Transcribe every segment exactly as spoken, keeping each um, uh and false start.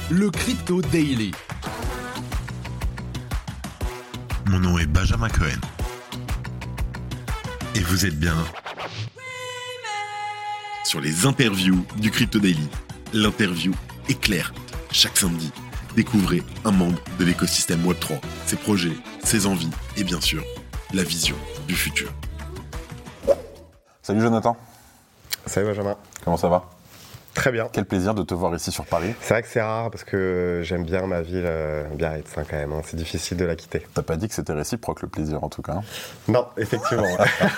le Crypto Daily. Mon nom est Benjamin Cohen. Et vous êtes bien sur les interviews du Crypto Daily. L'interview est claire. Chaque samedi, découvrez un membre de l'écosystème web trois, ses projets, ses envies et bien sûr, la vision du futur. Salut Jonathan. Salut Benjamin. Comment ça va ? Très bien. Quel plaisir de te voir ici sur Paris. C'est vrai que c'est rare parce que j'aime bien ma ville, euh, Biarritz hein, quand même. Hein. C'est difficile de la quitter. T'as pas dit que c'était réciproque le plaisir en tout cas. Non, effectivement.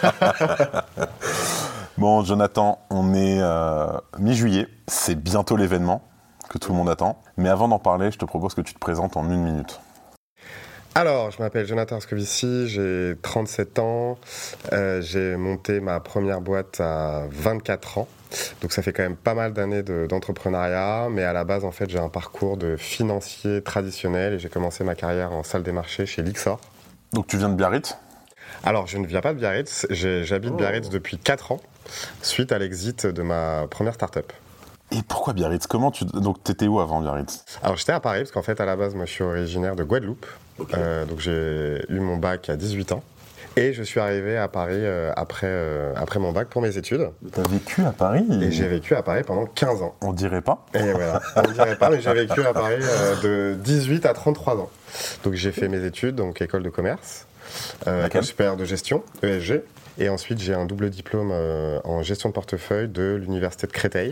Bon Jonathan, on est euh, mi-juillet. C'est bientôt l'événement que tout le monde attend. Mais avant d'en parler, je te propose que tu te présentes en une minute. Alors, je m'appelle Jonathan Moscovici, j'ai trente-sept ans. Euh, j'ai monté ma première boîte à vingt-quatre ans. Donc ça fait quand même pas mal d'années de, d'entrepreneuriat, mais à la base en fait j'ai un parcours de financier traditionnel et j'ai commencé ma carrière en salle des marchés chez Lyxor. Donc tu viens de Biarritz ? Alors je ne viens pas de Biarritz, j'ai, j'habite oh. Biarritz depuis quatre ans, suite à l'exit de ma première start-up. Et pourquoi Biarritz ? Comment tu... Donc t'étais où avant Biarritz ? Alors j'étais à Paris parce qu'en fait à la base moi je suis originaire de Guadeloupe, okay. euh, donc j'ai eu mon bac à dix-huit ans. Et je suis arrivé à Paris euh, après, euh, après mon bac pour mes études. T'as vécu à Paris ? Et j'ai vécu à Paris pendant quinze ans. On dirait pas ? Et voilà, on dirait pas, mais j'ai vécu à Paris euh, de dix-huit à trente-trois ans. Donc j'ai fait mes études, donc école de commerce, euh, école supérieure de gestion, E S G. Et ensuite j'ai un double diplôme euh, en gestion de portefeuille de l'université de Créteil.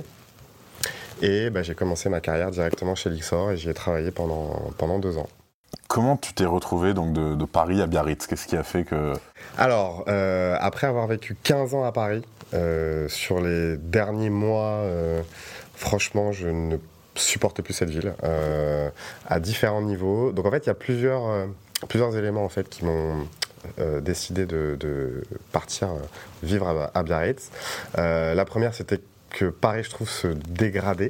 Et bah, j'ai commencé ma carrière directement chez Lyxor et j'y ai travaillé pendant, pendant deux ans. Comment tu t'es retrouvé donc de, de Paris à Biarritz ? Qu'est-ce qui a fait que... Alors, euh, après avoir vécu quinze ans à Paris, euh, sur les derniers mois, euh, franchement, je ne supporte plus cette ville, euh, à différents niveaux. Donc en fait, il y a plusieurs, euh, plusieurs éléments en fait, qui m'ont euh, décidé de, de partir euh, vivre à, à Biarritz. Euh, la première, c'était que Paris, je trouve, se dégradait.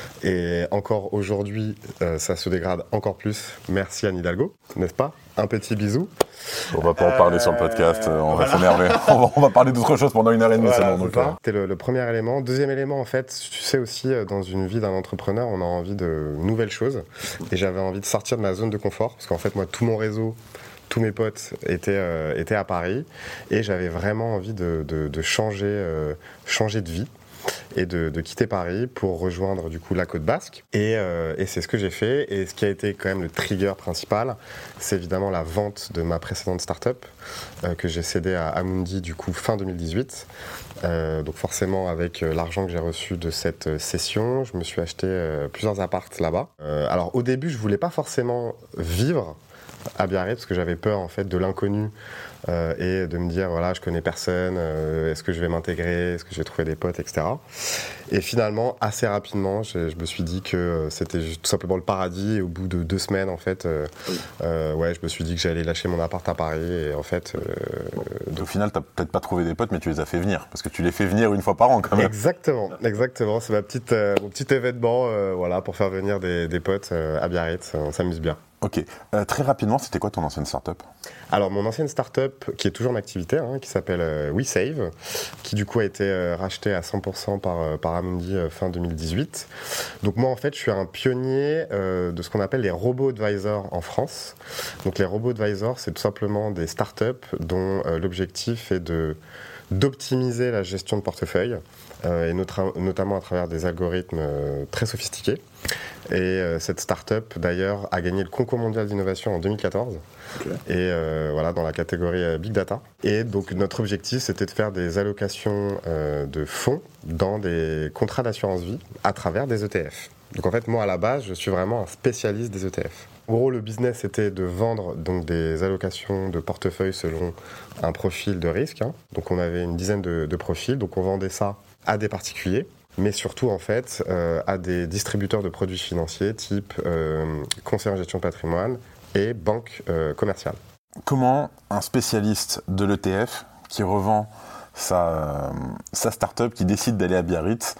Et encore aujourd'hui, euh, ça se dégrade encore plus. Merci Anne Hidalgo, n'est-ce pas ? Un petit bisou. On va pas en parler euh, sur le podcast, on va voilà. s'énerver. On va, on va parler d'autre chose pendant une heure et demie. Voilà, c'est bon, c'est C'était le, le premier élément. Deuxième élément, en fait, tu sais aussi, dans une vie d'un entrepreneur, on a envie de nouvelles choses. Et j'avais envie de sortir de ma zone de confort. Parce qu'en fait, moi, tout mon réseau, tous mes potes étaient, euh, étaient à Paris. Et j'avais vraiment envie de, de, de changer, euh, changer de vie. Et de, de quitter Paris pour rejoindre du coup la côte basque. Et, euh, et c'est ce que j'ai fait. Et ce qui a été quand même le trigger principal, c'est évidemment la vente de ma précédente start-up euh, que j'ai cédée à Amundi du coup fin deux mille dix-huit. Euh, donc forcément avec l'argent que j'ai reçu de cette cession, je me suis acheté euh, plusieurs appartes là-bas. Euh, alors au début, je voulais pas forcément vivre à Biarritz parce que j'avais peur en fait de l'inconnu. Euh, et de me dire voilà je connais personne, euh, est-ce que je vais m'intégrer, est-ce que je vais trouver des potes, et cetera. Et finalement assez rapidement je, je me suis dit que euh, c'était tout simplement le paradis et au bout de deux semaines en fait euh, euh, ouais je me suis dit que j'allais lâcher mon appart à Paris et en fait euh, donc, au final t'as peut-être pas trouvé des potes mais tu les as fait venir parce que tu les fais venir une fois par an quand même. Exactement, exactement, c'est ma petite, euh, mon petit événement euh, voilà, pour faire venir des, des potes euh, à Biarritz, on s'amuse bien. Ok, euh, très rapidement, c'était quoi ton ancienne start-up ? Alors mon ancienne start-up, qui est toujours en activité, hein, qui s'appelle euh, WeSave, qui du coup a été euh, rachetée à cent pour cent par, euh, par Amundi euh, fin deux mille dix-huit. Donc moi en fait je suis un pionnier euh, de ce qu'on appelle les robo-advisors en France. Donc les robo-advisors c'est tout simplement des start-up dont euh, l'objectif est de, d'optimiser la gestion de portefeuille euh, et notre, notamment à travers des algorithmes euh, très sophistiqués. Et euh, cette start-up, d'ailleurs, a gagné le concours mondial d'innovation en deux mille quatorze. Okay. Et euh, voilà, dans la catégorie euh, Big Data. Et donc, notre objectif, c'était de faire des allocations euh, de fonds dans des contrats d'assurance vie à travers des E T F. Donc, en fait, moi, à la base, je suis vraiment un spécialiste des E T F. En gros, le business était de vendre donc, des allocations de portefeuille selon un profil de risque. Hein. Donc, on avait une dizaine de, de profils. Donc, on vendait ça à des particuliers. Mais surtout en fait euh, à des distributeurs de produits financiers type euh, conseil en gestion de patrimoine et banque euh, commerciale. Comment un spécialiste de l'E T F qui revend sa, euh, sa start-up, qui décide d'aller à Biarritz,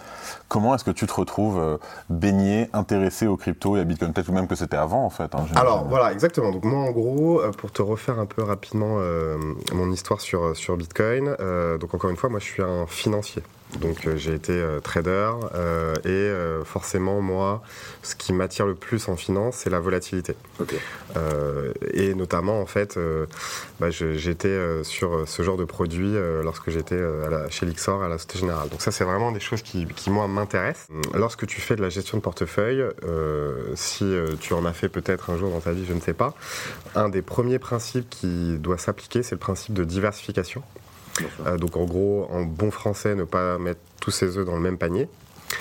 Comment est-ce que tu te retrouves euh, baigné, intéressé aux cryptos et à Bitcoin? Peut-être même que c'était avant en fait. Hein, Alors voilà, exactement. Donc moi en gros, euh, pour te refaire un peu rapidement euh, mon histoire sur, sur Bitcoin, euh, donc encore une fois, moi je suis un financier. Donc euh, j'ai été euh, trader euh, et euh, forcément moi, ce qui m'attire le plus en finance, c'est la volatilité. Okay. Euh, et notamment en fait, euh, bah, je, j'étais euh, sur ce genre de produit euh, lorsque j'étais euh, à la, chez Lyxor à la Société Générale. Donc ça c'est vraiment des choses qui, qui moi m'intéressent. Lorsque tu fais de la gestion de portefeuille, euh, si euh, tu en as fait peut-être un jour dans ta vie, je ne sais pas, un des premiers principes qui doit s'appliquer, c'est le principe de diversification. Euh, donc en gros, en bon français, ne pas mettre tous ses œufs dans le même panier.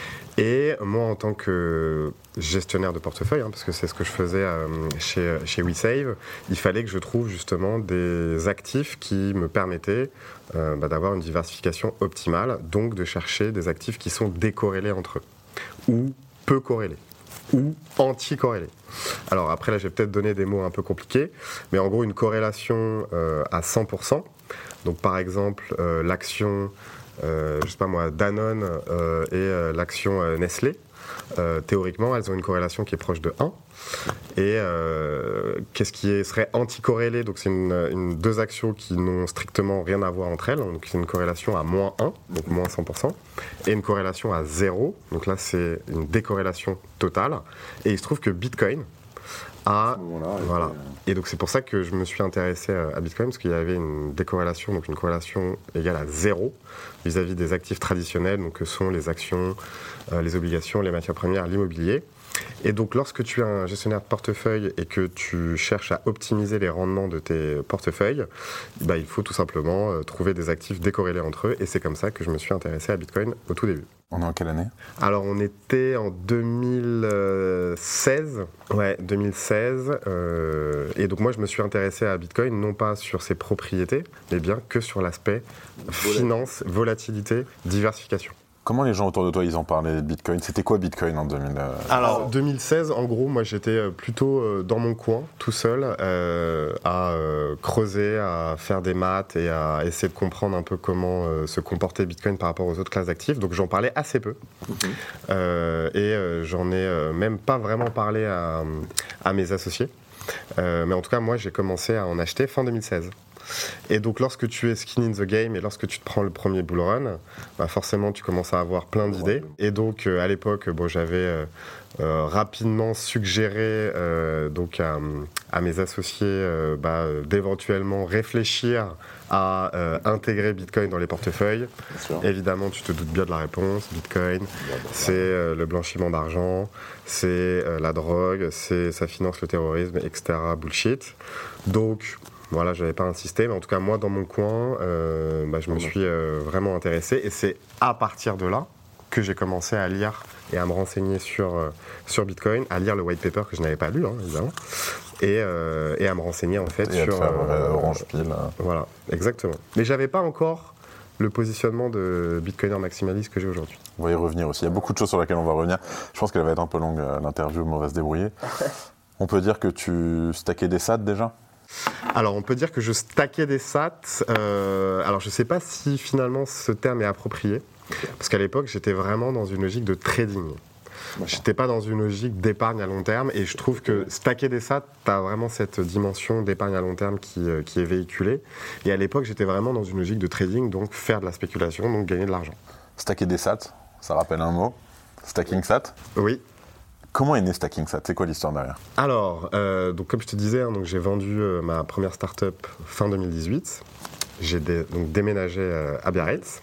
Et moi, en tant que gestionnaire de portefeuille, hein, parce que c'est ce que je faisais euh, chez, chez WeSave, il fallait que je trouve justement des actifs qui me permettaient euh, bah, d'avoir une diversification optimale, donc de chercher des actifs qui sont décorrélés entre eux, ou peu corrélés, ou anti-corrélés. Alors après, là, j'ai peut-être donné des mots un peu compliqués, mais en gros, une corrélation euh, à cent pour cent. Donc par exemple, euh, l'action, euh, je sais pas moi, Danone euh, et euh, l'action euh, Nestlé, euh, théoriquement, elles ont une corrélation qui est proche de un. Et euh, qu'est-ce qui est, serait anticorrélé? Donc c'est une, une, deux actions qui n'ont strictement rien à voir entre elles. Donc c'est une corrélation à moins un, donc moins cent pour cent, et une corrélation à zéro. Donc là, c'est une décorrélation totale. Et il se trouve que Bitcoin a... Voilà. Et donc c'est pour ça que je me suis intéressé à Bitcoin, parce qu'il y avait une décorrélation, donc une corrélation égale à zéro vis-à-vis des actifs traditionnels, donc que sont les actions, euh, les obligations, les matières premières, l'immobilier. Et donc lorsque tu es un gestionnaire de portefeuille et que tu cherches à optimiser les rendements de tes portefeuilles, bah, il faut tout simplement euh, trouver des actifs décorrélés entre eux, et c'est comme ça que je me suis intéressé à Bitcoin au tout début. On est en quelle année? Alors on était en deux mille seize, ouais, deux mille seize, euh, et donc moi je me suis intéressé à Bitcoin non pas sur ses propriétés, mais bien que sur l'aspect finance, volatilité, diversification. Comment les gens autour de toi, ils en parlaient de Bitcoin? C'était quoi Bitcoin en deux mille seize? Alors, deux mille seize, en gros, moi, j'étais plutôt dans mon coin, tout seul, euh, à euh, creuser, à faire des maths et à essayer de comprendre un peu comment euh, se comportait Bitcoin par rapport aux autres classes d'actifs. Donc, j'en parlais assez peu. Okay. Euh, et euh, j'en ai euh, même pas vraiment parlé à, à mes associés. Euh, mais en tout cas, moi, j'ai commencé à en acheter fin deux mille seize. Et donc lorsque tu es skin in the game et lorsque tu te prends le premier bull run, bah forcément tu commences à avoir plein d'idées. Et donc euh, à l'époque, bon, j'avais euh, euh, rapidement suggéré euh, donc à, à mes associés euh, bah, d'éventuellement réfléchir à euh, intégrer Bitcoin dans les portefeuilles. Évidemment, tu te doutes bien de la réponse. Bitcoin, c'est euh, le blanchiment d'argent, c'est euh, la drogue, c'est ça finance le terrorisme, et cetera. Bullshit. Donc voilà, je n'avais pas insisté, mais en tout cas, moi, dans mon coin, euh, bah, je me suis euh, vraiment intéressé. Et c'est à partir de là que j'ai commencé à lire et à me renseigner sur, euh, sur Bitcoin, à lire le white paper que je n'avais pas lu, hein, évidemment, et, euh, et à me renseigner, en fait, et sur... À faire, euh, Orange Pile. Voilà, exactement. Mais je n'avais pas encore le positionnement de bitcoiner maximaliste que j'ai aujourd'hui. On va y revenir aussi. Il y a beaucoup de choses sur lesquelles on va revenir. Je pense qu'elle va être un peu longue, l'interview, mais on va se débrouiller. On peut dire que tu stackais des sats déjà ? Alors, on peut dire que je stackais des sats. Euh, alors, je ne sais pas si finalement ce terme est approprié, parce qu'à l'époque, j'étais vraiment dans une logique de trading. Je n'étais pas dans une logique d'épargne à long terme, et je trouve que stacker des sats, tu as vraiment cette dimension d'épargne à long terme qui, euh, qui est véhiculée. Et à l'époque, j'étais vraiment dans une logique de trading, donc faire de la spéculation, donc gagner de l'argent. Stacker des sats, ça rappelle un mot. Stacking sat. Oui. Comment est né Stacking Sat? C'est quoi l'histoire derrière? Alors, euh, donc comme je te disais, hein, donc j'ai vendu euh, ma première start-up fin deux mille dix-huit. J'ai dé- donc déménagé euh, à Biarritz.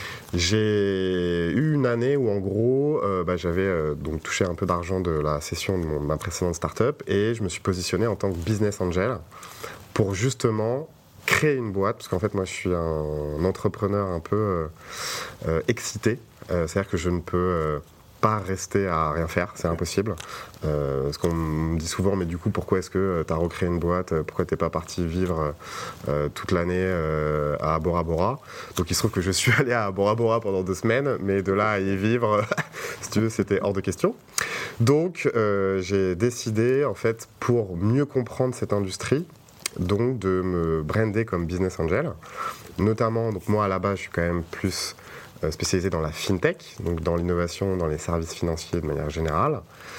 J'ai eu une année où en gros, euh, bah, j'avais euh, donc touché un peu d'argent de la cession de mon, ma précédente start-up, et je me suis positionné en tant que business angel pour justement créer une boîte, parce qu'en fait moi je suis un entrepreneur un peu euh, euh, excité, euh, c'est-à-dire que je ne peux... Euh, pas rester à rien faire, c'est impossible. Euh, parce qu'on me dit souvent, mais du coup, pourquoi est-ce que tu as recréé une boîte? Pourquoi t'es pas parti vivre euh, toute l'année euh, à Bora Bora? Donc il se trouve que je suis allé à Bora Bora pendant deux semaines, mais de là à y vivre, si tu veux, c'était hors de question. Donc euh, j'ai décidé, en fait, pour mieux comprendre cette industrie, donc de me brander comme business angel. Notamment, donc moi à la base, je suis quand même plus... euh, spécialisée dans la fintech, donc dans l'innovation, dans les services financiers de manière générale.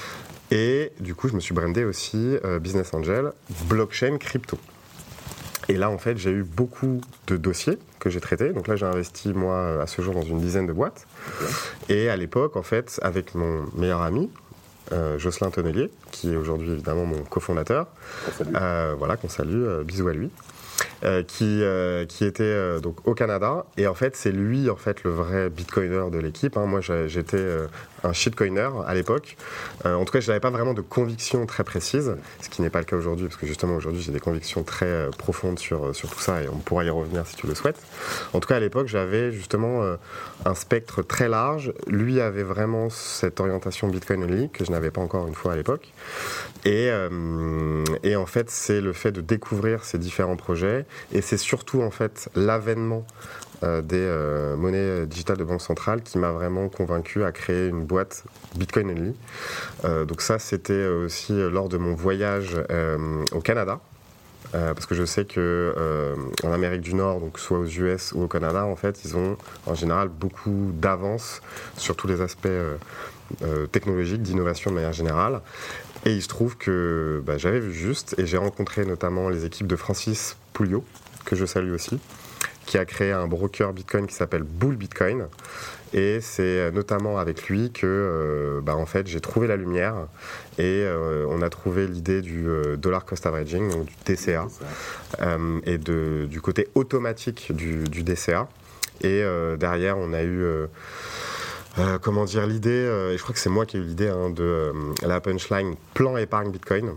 Et du coup, je me suis brandé aussi euh, Business Angel, blockchain, crypto. Et là, en fait, j'ai eu beaucoup de dossiers que j'ai traités. Donc là, j'ai investi, moi, à ce jour, dans une dizaine de boîtes. Okay. Et à l'époque, en fait, avec mon meilleur ami, euh, Jocelyn Tonnelier, qui est aujourd'hui, évidemment, mon cofondateur, euh, voilà, qu'on salue, euh, bisous à lui, euh, qui, euh, qui était euh, donc au Canada. Et en fait, c'est lui, en fait, le vrai bitcoiner de l'équipe. Hein. Moi, j'étais euh, un shitcoiner à l'époque. Euh, en tout cas, je n'avais pas vraiment de conviction très précise, ce qui n'est pas le cas aujourd'hui, parce que justement, aujourd'hui, j'ai des convictions très euh, profondes sur, sur tout ça, et on pourra y revenir si tu le souhaites. En tout cas, à l'époque, j'avais justement euh, un spectre très large. Lui avait vraiment cette orientation Bitcoin only, que je n'avais pas encore une fois à l'époque. Et, euh, et en fait, c'est le fait de découvrir ces différents projets, et c'est surtout, en fait, l'avènement Euh, des euh, monnaies digitales de banque centrale qui m'a vraiment convaincu à créer une boîte Bitcoin only. Euh, donc ça, c'était aussi lors de mon voyage euh, au Canada. Euh, parce que je sais que euh, en Amérique du Nord, donc soit aux U S ou au Canada, en fait, ils ont en général beaucoup d'avance sur tous les aspects euh, euh, technologiques, d'innovation de manière générale. Et il se trouve que bah, j'avais vu juste, et j'ai rencontré notamment les équipes de Francis Pouliot, que je salue aussi, qui a créé un broker Bitcoin qui s'appelle Bull Bitcoin. Et c'est notamment avec lui que euh, bah, en fait, j'ai trouvé la lumière et euh, on a trouvé l'idée du euh, dollar cost averaging, donc du D C A, euh, et de, du côté automatique du, du D C A. Et euh, derrière, on a eu... Euh, Euh, comment dire, l'idée, euh, et je crois que c'est moi qui ai eu l'idée hein, de euh, la punchline plan épargne Bitcoin.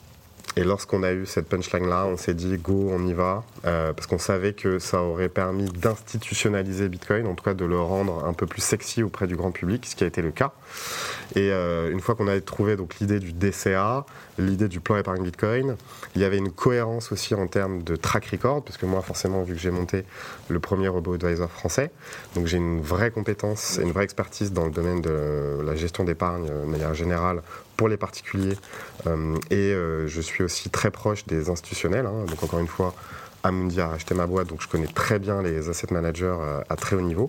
Et lorsqu'on a eu cette punchline-là, on s'est dit go, on y va, euh, parce qu'on savait que ça aurait permis d'institutionnaliser Bitcoin, en tout cas de le rendre un peu plus sexy auprès du grand public, ce qui a été le cas. Et euh, une fois qu'on avait trouvé donc l'idée du D C A, l'idée du plan épargne Bitcoin, il y avait une cohérence aussi en termes de track record, parce que moi forcément, vu que j'ai monté le premier robo-advisor français, donc j'ai une vraie compétence et une vraie expertise dans le domaine de la gestion d'épargne de manière générale, pour les particuliers, euh, et euh, je suis aussi très proche des institutionnels, hein, donc encore une fois, Amundi a racheté ma boîte, donc je connais très bien les asset managers euh, à très haut niveau.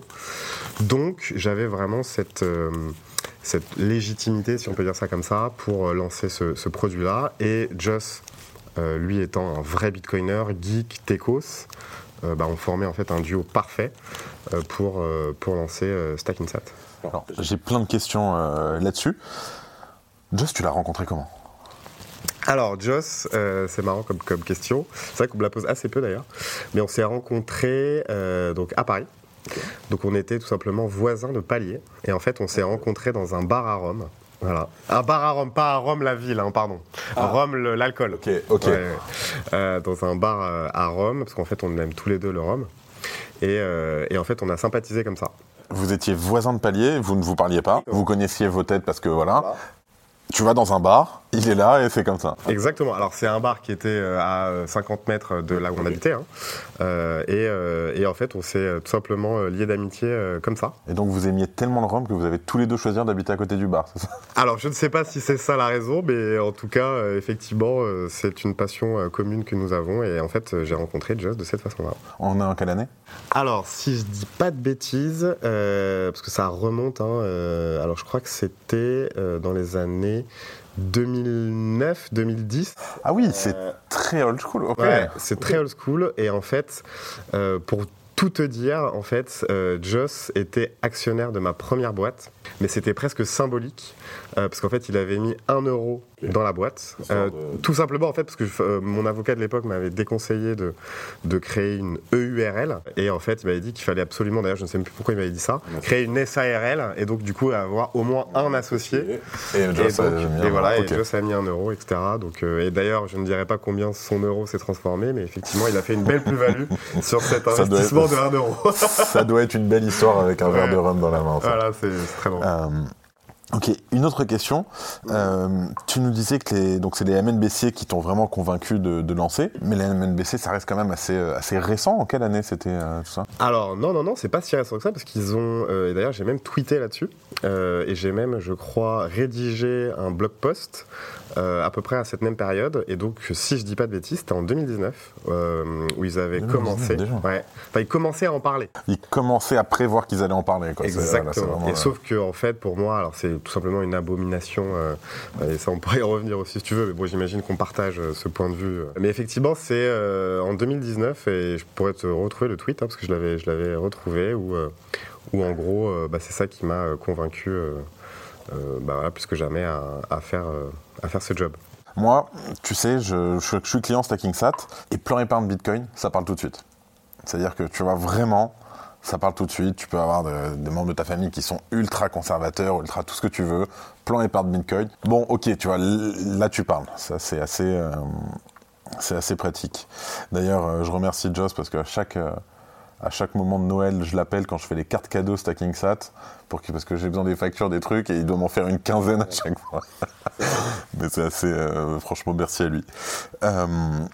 Donc j'avais vraiment cette, euh, cette légitimité, si on peut dire ça comme ça, pour euh, lancer ce, ce produit-là, et Joss, euh, lui étant un vrai bitcoiner, geek, techos, euh, bah, on formait en fait un duo parfait euh, pour, euh, pour lancer euh, Stackinsat. Alors, j'ai plein de questions euh, là-dessus. Joss, tu l'as rencontré comment ? Alors, Joss, euh, c'est marrant comme, comme question. C'est vrai qu'on me la pose assez peu d'ailleurs. Mais on s'est rencontrés euh, donc à Paris. Okay. Donc, on était tout simplement voisins de palier. Et en fait, on s'est rencontrés dans un bar à Rome. Voilà. Un bar à Rome, pas à Rome la ville, hein, pardon. Ah. Rome, le, l'alcool. Ok, ok. Ouais, euh, dans un bar euh, à Rome, parce qu'en fait, on aime tous les deux le rhum. Et, euh, et en fait, on a sympathisé comme ça. Vous étiez voisins de palier, vous ne vous parliez pas, vous connaissiez vos têtes parce que voilà. voilà. Tu vas dans un bar, il est là et c'est comme ça. Exactement. Alors c'est un bar qui était à cinquante mètres de là où on habitait. Hein. Euh, et, euh, et en fait, on s'est tout simplement liés d'amitié euh, comme ça. Et donc vous aimiez tellement le rhum que vous avez tous les deux choisi d'habiter à côté du bar, c'est ça ? Alors je ne sais pas si c'est ça la raison, mais en tout cas, euh, effectivement, euh, c'est une passion euh, commune que nous avons. Et en fait, euh, j'ai rencontré Joss de cette façon-là. On est en quelle année ? Alors, si je dis pas de bêtises, euh, parce que ça remonte, hein, euh, alors je crois que c'était euh, dans les années deux mille neuf deux mille dix. Ah oui, c'est euh, très old school. Okay. Ouais, c'est très old school. Et en fait, euh, pour tout te dire, en fait, euh, Joss était actionnaire de ma première boîte, mais c'était presque symbolique, euh, parce qu'en fait, il avait mis un euro dans la boîte. Euh, de... Tout simplement, en fait, parce que euh, mon avocat de l'époque m'avait déconseillé de, de créer une E U R L. Et en fait, il m'avait dit qu'il fallait absolument, d'ailleurs, je ne sais même plus pourquoi il m'avait dit ça, créer une S A R L, et donc, du coup, avoir au moins un associé. Et, et, Joss, et, donc, a mis et voilà, okay. et Joss a mis un euro, et cetera. Donc, euh, et d'ailleurs, je ne dirais pas combien son euro s'est transformé, mais effectivement, il a fait une belle plus-value sur cet investissement de un euro. Ça doit être une belle histoire avec un ouais. verre de rhum dans la main. Ça. Voilà, c'est, c'est très bon. Euh, Ok, une autre question. Euh, tu nous disais que les, donc c'est les M N B C qui t'ont vraiment convaincu de, de lancer, mais les M N B C, ça reste quand même assez, assez récent. En quelle année c'était euh, tout ça? Alors non, non, non, c'est pas si récent que ça parce qu'ils ont, euh, et d'ailleurs j'ai même tweeté là-dessus, euh, et j'ai même, je crois, rédigé un blog post euh, à peu près à cette même période, et donc si je dis pas de bêtises, c'était en deux mille dix-neuf euh, où ils avaient deux mille dix-neuf, commencé, déjà. Ouais, enfin ils commençaient à en parler. Ils commençaient à prévoir qu'ils allaient en parler. Quoi. Exactement. C'est, voilà, c'est et euh... sauf que en fait, pour moi, alors c'est tout simplement une abomination, euh, et ça on pourrait y revenir aussi si tu veux, mais bon, j'imagine qu'on partage euh, ce point de vue. Mais effectivement, c'est euh, en deux mille dix-neuf, et je pourrais te retrouver le tweet, hein, parce que je l'avais, je l'avais retrouvé, où, euh, où en gros, euh, bah, c'est ça qui m'a convaincu, euh, euh, bah, voilà, plus que jamais, à, à, faire, euh, à faire ce job. Moi, tu sais, je, je, je suis client StackingSat, et plan épargne Bitcoin, ça parle tout de suite. C'est-à-dire que tu vois vraiment... Ça parle tout de suite, tu peux avoir de, des membres de ta famille qui sont ultra conservateurs, ultra tout ce que tu veux, plan épargne Bitcoin. Bon, ok, tu vois, là tu parles, ça c'est assez, euh, c'est assez pratique. D'ailleurs, euh, je remercie Joss parce qu'à chaque, euh, à chaque moment de Noël, je l'appelle quand je fais les cartes cadeaux StackingSat, pour que, parce que j'ai besoin des factures, des trucs, et il doit m'en faire une quinzaine à chaque fois. Mais c'est assez, euh, franchement, merci à lui. Euh,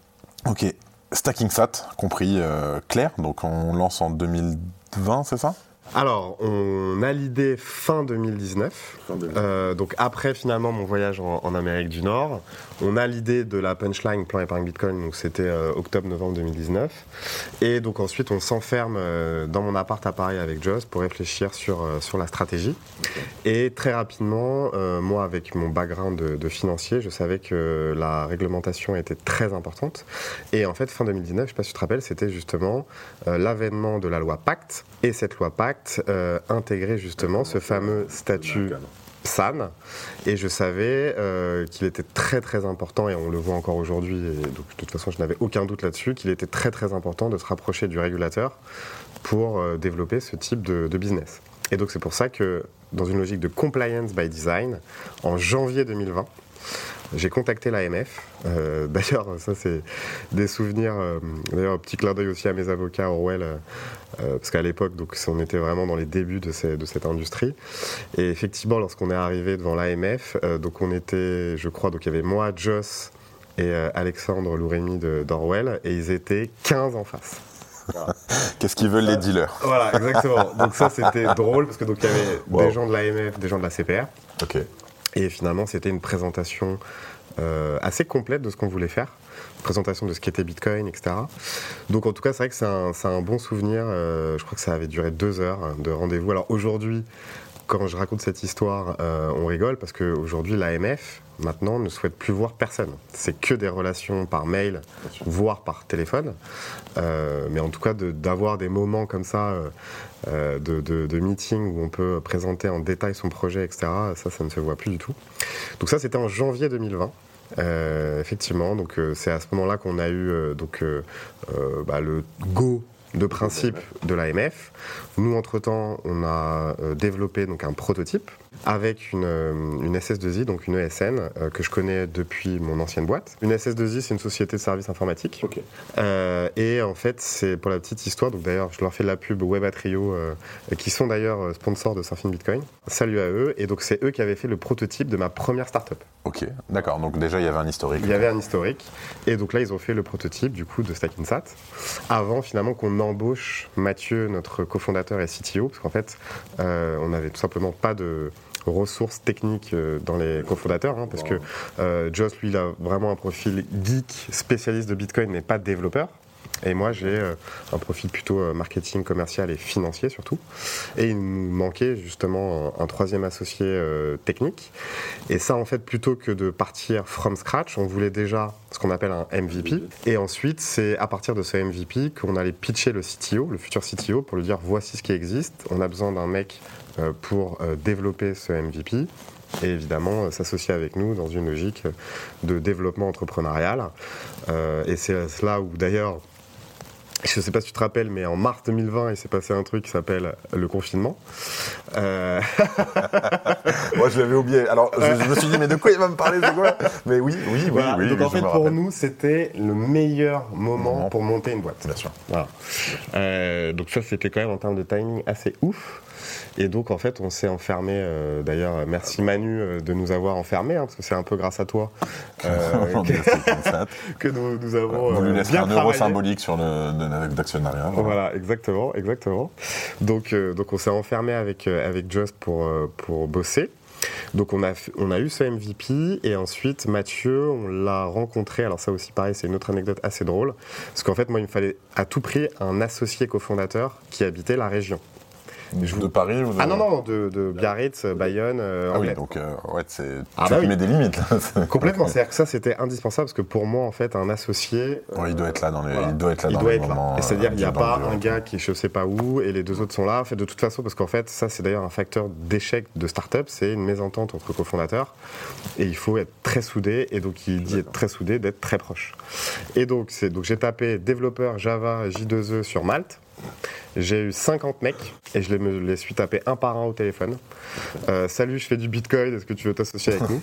ok, StackingSat, compris, euh, clair, donc on lance en deux mille vingt, c'est ça? Alors, on a l'idée fin deux mille dix-neuf, fin deux mille dix-neuf. Euh, donc après finalement mon voyage en, en Amérique du Nord, on a l'idée de la punchline plan épargne Bitcoin, donc c'était euh, octobre-novembre deux mille dix-neuf, et donc ensuite on s'enferme euh, dans mon appart à Paris avec Joss pour réfléchir sur, euh, sur la stratégie, okay. Et très rapidement, euh, moi avec mon background de, de financier, je savais que la réglementation était très importante, et en fait fin deux mille dix-neuf, je ne sais pas si tu te rappelles, c'était justement euh, l'avènement de la loi Pacte, et cette loi Pacte Euh, intégrer justement ce fameux statut P S A N, et je savais euh, qu'il était très très important, et on le voit encore aujourd'hui, et donc de toute façon je n'avais aucun doute là-dessus, qu'il était très très important de se rapprocher du régulateur pour euh, développer ce type de, de business. Et donc c'est pour ça que dans une logique de compliance by design, en janvier deux mille vingt, j'ai contacté l'A M F. Euh, d'ailleurs, ça c'est des souvenirs. Euh, d'ailleurs, un petit clin d'œil aussi à mes avocats Orwell, euh, euh, parce qu'à l'époque, donc, on était vraiment dans les débuts de, ces, de cette industrie. Et effectivement, lorsqu'on est arrivé devant l'A M F, euh, donc on était, je crois, donc il y avait moi, Joss et euh, Alexandre Louremi de, d'Orwell, et ils étaient quinze en face. Voilà. Qu'est-ce qu'ils veulent les dealers? Voilà, exactement. Donc ça, c'était drôle parce que donc il y avait wow. des gens de l'A M F, des gens de la C P R. Ok. Et finalement, c'était une présentation euh, assez complète de ce qu'on voulait faire. Une présentation de ce qu'était Bitcoin, et cetera. Donc en tout cas, c'est vrai que c'est un, c'est un bon souvenir. Euh, je crois que ça avait duré deux heures de rendez-vous. Alors aujourd'hui, quand je raconte cette histoire, euh, on rigole parce qu'aujourd'hui, l'A M F, maintenant, ne souhaite plus voir personne. C'est que des relations par mail, voire par téléphone. Euh, mais en tout cas, de, d'avoir des moments comme ça, euh, de, de, de meeting où on peut présenter en détail son projet, et cetera, ça, ça ne se voit plus du tout. Donc ça, c'était en janvier deux mille vingt. Euh, effectivement, donc euh, c'est à ce moment-là qu'on a eu euh, donc, euh, euh, bah, le go de principe de l'A M F. Nous, entre-temps, on a euh, développé donc, un prototype avec une, euh, une S S deux I, donc une E S N, euh, que je connais depuis mon ancienne boîte. Une S S deux I, c'est une société de services informatiques. Okay. Euh, et en fait, c'est pour la petite histoire, donc d'ailleurs, je leur fais de la pub Webatrio, euh, qui sont d'ailleurs sponsors de Surfing Bitcoin. Salut à eux. Et donc, c'est eux qui avaient fait le prototype de ma première startup. Ok, d'accord. Donc déjà, il y avait un historique. Il y avait un historique. Et donc là, ils ont fait le prototype, du coup, de StackingSat, avant, finalement, qu'on embauche Mathieu, notre cofondateur et C T O, parce qu'en fait, euh, on n'avait tout simplement pas de ressources techniques dans les cofondateurs, hein, parce wow. que euh, Joss, lui, il a vraiment un profil geek, spécialiste de Bitcoin, mais pas de développeur. Et moi, j'ai euh, un profil plutôt euh, marketing, commercial et financier surtout. Et il nous manquait justement un, un troisième associé euh, technique. Et ça, en fait, plutôt que de partir from scratch, on voulait déjà ce qu'on appelle un M V P. Et ensuite, c'est à partir de ce M V P qu'on allait pitcher le C T O, le futur C T O, pour lui dire voici ce qui existe. On a besoin d'un mec euh, pour euh, développer ce M V P. Et évidemment, euh, s'associer avec nous dans une logique de développement entrepreneurial. Euh, et c'est là où, d'ailleurs, je ne sais pas si tu te rappelles, mais en mars deux mille vingt, il s'est passé un truc qui s'appelle le confinement. Euh... Moi, je l'avais oublié. Alors, je, je me suis dit, mais de quoi il va me parler, de quoi? Mais oui, oui, oui, voilà. oui. Donc, oui, en fait, pour rappelle. nous, c'était le meilleur moment moment pour monter une boîte. Bien sûr. Voilà. Euh, donc ça, c'était quand même, en termes de timing, assez ouf. Et donc en fait on s'est enfermé, euh, d'ailleurs merci Manu euh, de nous avoir enfermés, hein, parce que c'est un peu grâce à toi euh, que, que nous, nous avons euh, Vous lui laisserez un travaillé. euro symbolique sur le d'actionnariat. Voilà. voilà, exactement, exactement. Donc, euh, donc on s'est enfermé avec, euh, avec Just pour, euh, pour bosser. Donc on a, on a eu ce M V P et ensuite Mathieu, on l'a rencontré, alors ça aussi pareil c'est une autre anecdote assez drôle, parce qu'en fait moi il me fallait à tout prix un associé cofondateur qui habitait la région. Je vous... De Paris ou de... Ah non, non, de, de Biarritz, Bayonne, euh, Ah oui, donc euh, ouais, c'est... Ah tu bah lui oui. mets des limites. Complètement, c'est-à-dire que ça c'était indispensable parce que pour moi en fait un associé... Euh, ouais, il doit être là dans les, voilà. il doit être là il dans doit les être moments... là. C'est-à-dire qu'il n'y a pas le... un gars qui je sais pas où et les deux autres sont là. En fait, de toute façon, parce qu'en fait ça c'est d'ailleurs un facteur d'échec de start-up, c'est une mésentente entre cofondateurs et il faut être très soudé et donc il dit être très soudé, d'être très proche. Et donc, c'est, donc j'ai tapé développeur Java J deux E sur Malte. J'ai eu cinquante mecs et je les, me les suis tapés un par un au téléphone. Euh, Salut, je fais du Bitcoin, est-ce que tu veux t'associer avec nous?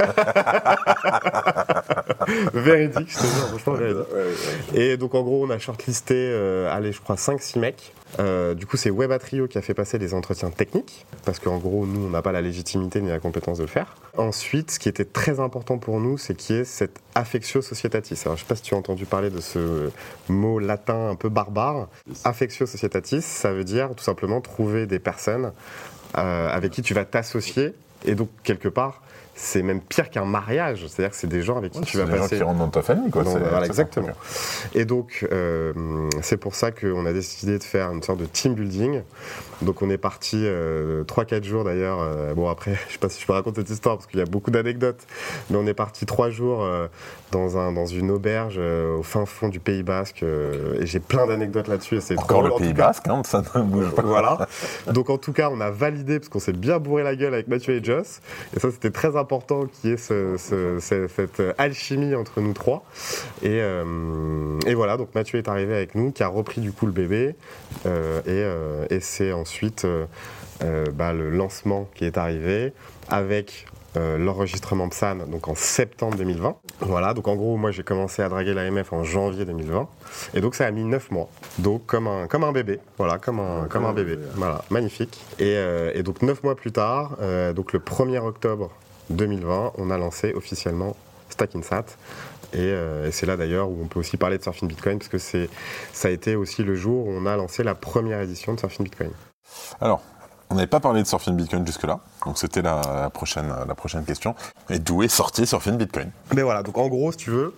Véridique, je te jure, franchement véridique. Et donc en gros, on a shortlisté, euh, allez, je crois cinq six mecs. Euh, du coup, c'est Webatrio qui a fait passer les entretiens techniques, parce qu'en gros, nous, on n'a pas la légitimité ni la compétence de le faire. Ensuite, ce qui était très important pour nous, c'est qu'il y ait cette affectio societatis. Alors, je ne sais pas si tu as entendu parler de ce mot latin un peu barbare. Affectio societatis, ça veut dire tout simplement trouver des personnes euh, avec qui tu vas t'associer, et donc, quelque part, c'est même pire qu'un mariage, c'est-à-dire que c'est des gens avec qui ouais, tu vas passer. C'est des gens qui rentrent dans ta famille, quoi. Dans, c'est, voilà, c'est exactement. Et donc, euh, c'est pour ça qu'on a décidé de faire une sorte de team building. Donc, on est parti euh, trois quatre jours d'ailleurs. Euh, bon, après, je sais pas si je peux raconter cette histoire parce qu'il y a beaucoup d'anecdotes. Mais on est parti trois jours euh, dans, un, dans une auberge euh, au fin fond du Pays Basque. Euh, et j'ai plein d'anecdotes là-dessus. Et c'est Encore drôle, le Pays Basque, hein, ça ne bouge pas. Voilà. Donc, en tout cas, on a validé parce qu'on s'est bien bourré la gueule avec Mathieu et Joss. Et ça, c'était très important qu'il y ait ce, ce, ce, cette alchimie entre nous trois. Et, euh, et voilà, donc Mathieu est arrivé avec nous, qui a repris du coup le bébé. Euh, et, euh, et c'est ensuite euh, euh, bah, le lancement qui est arrivé avec euh, l'enregistrement P S A N donc en septembre deux mille vingt. Voilà, donc en gros, moi j'ai commencé à draguer l'A M F en janvier deux mille vingt. Et donc ça a mis neuf mois. Donc comme un, comme un bébé. Voilà, comme un, comme un bébé. Voilà, magnifique. Et, euh, et donc neuf mois plus tard, euh, donc le premier octobre deux mille vingt, on a lancé officiellement Stackinsat. Et, euh, et c'est là d'ailleurs où on peut aussi parler de Surfing Bitcoin, parce que c'est, ça a été aussi le jour où on a lancé la première édition de Surfing Bitcoin. Alors, on n'avait pas parlé de Surfing Bitcoin jusque-là, donc c'était la, la, prochaine, la prochaine question. Et d'où est sorti Surfing Bitcoin? Mais voilà, donc en gros, si tu veux,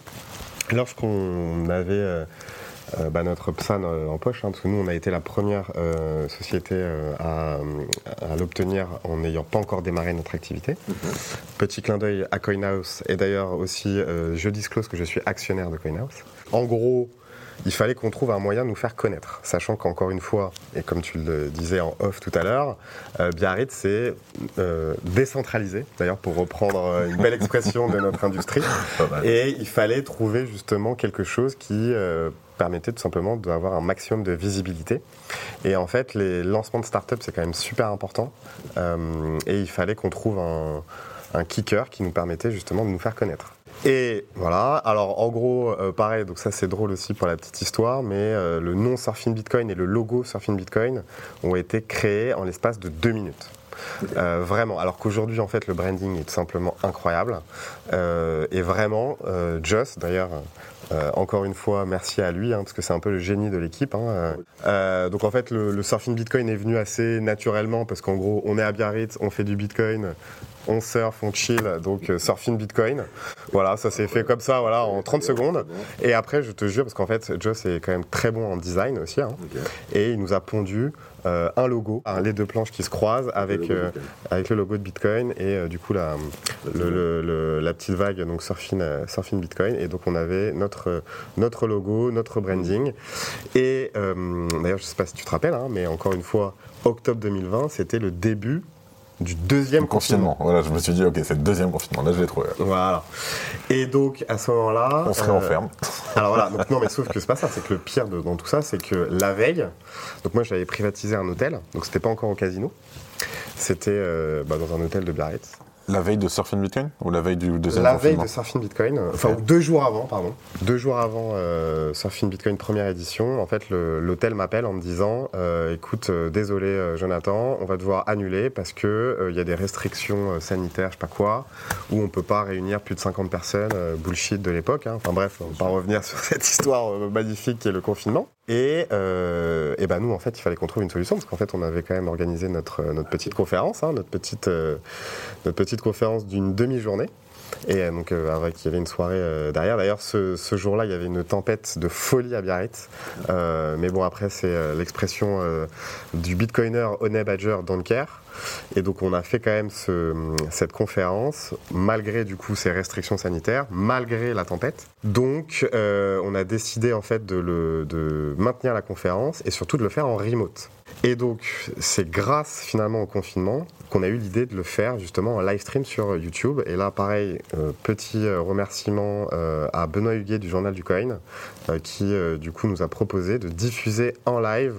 lorsqu'on avait... Euh, Euh, bah, notre P S A N euh, en poche, hein, parce que nous on a été la première euh, société euh, à, à l'obtenir en n'ayant pas encore démarré notre activité. Mm-hmm. Petit clin d'œil à CoinHouse, et d'ailleurs aussi euh, je disclose que je suis actionnaire de CoinHouse. En gros, il fallait qu'on trouve un moyen de nous faire connaître, sachant qu'encore une fois, et comme tu le disais en off tout à l'heure, euh, Biarritz c'est euh, décentralisé, d'ailleurs pour reprendre une belle expression de notre industrie, et il fallait trouver justement quelque chose qui euh, permettait tout simplement d'avoir un maximum de visibilité. Et en fait, les lancements de start-up, c'est quand même super important, euh, et il fallait qu'on trouve un, un kicker qui nous permettait justement de nous faire connaître. Et voilà, alors en gros, euh, pareil, donc ça c'est drôle aussi pour la petite histoire, mais euh, le nom Surfing Bitcoin et le logo Surfing Bitcoin ont été créés en l'espace de deux minutes. Euh, vraiment, alors qu'aujourd'hui en fait le branding est tout simplement incroyable. Euh, et vraiment, euh, Joss d'ailleurs, euh, encore une fois merci à lui, hein, parce que c'est un peu le génie de l'équipe. Hein. Euh, donc en fait le, le Surfing Bitcoin est venu assez naturellement, parce qu'en gros on est à Biarritz, on fait du Bitcoin, on surf, on chill, donc euh, Surfing Bitcoin. Voilà, ça s'est fait comme ça, voilà, en trente secondes. Et après, je te jure, parce qu'en fait, Joss est quand même très bon en design aussi, hein, okay. Et il nous a pondu euh, un logo, hein, les deux planches qui se croisent avec, euh, avec le logo de Bitcoin et euh, du coup la, le, le, le, la petite vague, donc Surfing, euh, Surfing Bitcoin. Et donc on avait notre, notre logo, notre branding. Et euh, d'ailleurs, je ne sais pas si tu te rappelles, hein, mais encore une fois, octobre deux mille vingt, c'était le début du deuxième le confinement. confinement. Voilà, je me suis dit, ok, c'est le deuxième confinement. Là, je l'ai trouvé. Voilà. Et donc, à ce moment-là... On se réenferme. Euh, alors voilà, donc, non, mais sauf que c'est pas ça. C'est que le pire de, dans tout ça, c'est que la veille, donc moi, j'avais privatisé un hôtel. Donc, c'était pas encore au casino. C'était euh, bah, dans un hôtel de Biarritz. La veille de Surfing Bitcoin ou la veille du deuxième La confinement? veille de Surfing Bitcoin, enfin okay. deux jours avant, pardon. Deux jours avant euh, Surfing Bitcoin première édition, en fait, le, l'hôtel m'appelle en me disant euh, écoute, euh, désolé euh, Jonathan, on va devoir annuler parce que il euh, y a des restrictions euh, sanitaires, je sais pas quoi, où on peut pas réunir plus de cinquante personnes, euh, bullshit de l'époque. Hein. Enfin bref, on va pas revenir sur cette histoire euh, magnifique qui est le confinement. Et, euh, et ben nous, en fait, il fallait qu'on trouve une solution parce qu'en fait, on avait quand même organisé notre notre petite conférence, hein, notre petite euh, notre petite conférence d'une demi-journée. Et donc, euh, avec, il y avait une soirée euh, derrière. D'ailleurs, ce, ce jour-là, il y avait une tempête de folie à Biarritz. Euh, mais bon, après, c'est euh, l'expression euh, du bitcoiner Honey Badger Don't Care. Et donc, on a fait quand même ce, cette conférence, malgré du coup ces restrictions sanitaires, malgré la tempête. Donc, euh, on a décidé en fait de, le, de maintenir la conférence et surtout de le faire en remote. Et donc, c'est grâce finalement au confinement qu'on a eu l'idée de le faire justement en live stream sur YouTube. Et là, pareil, euh, petit remerciement euh, à Benoît Huguet du Journal du Coin, euh, qui euh, du coup nous a proposé de diffuser en live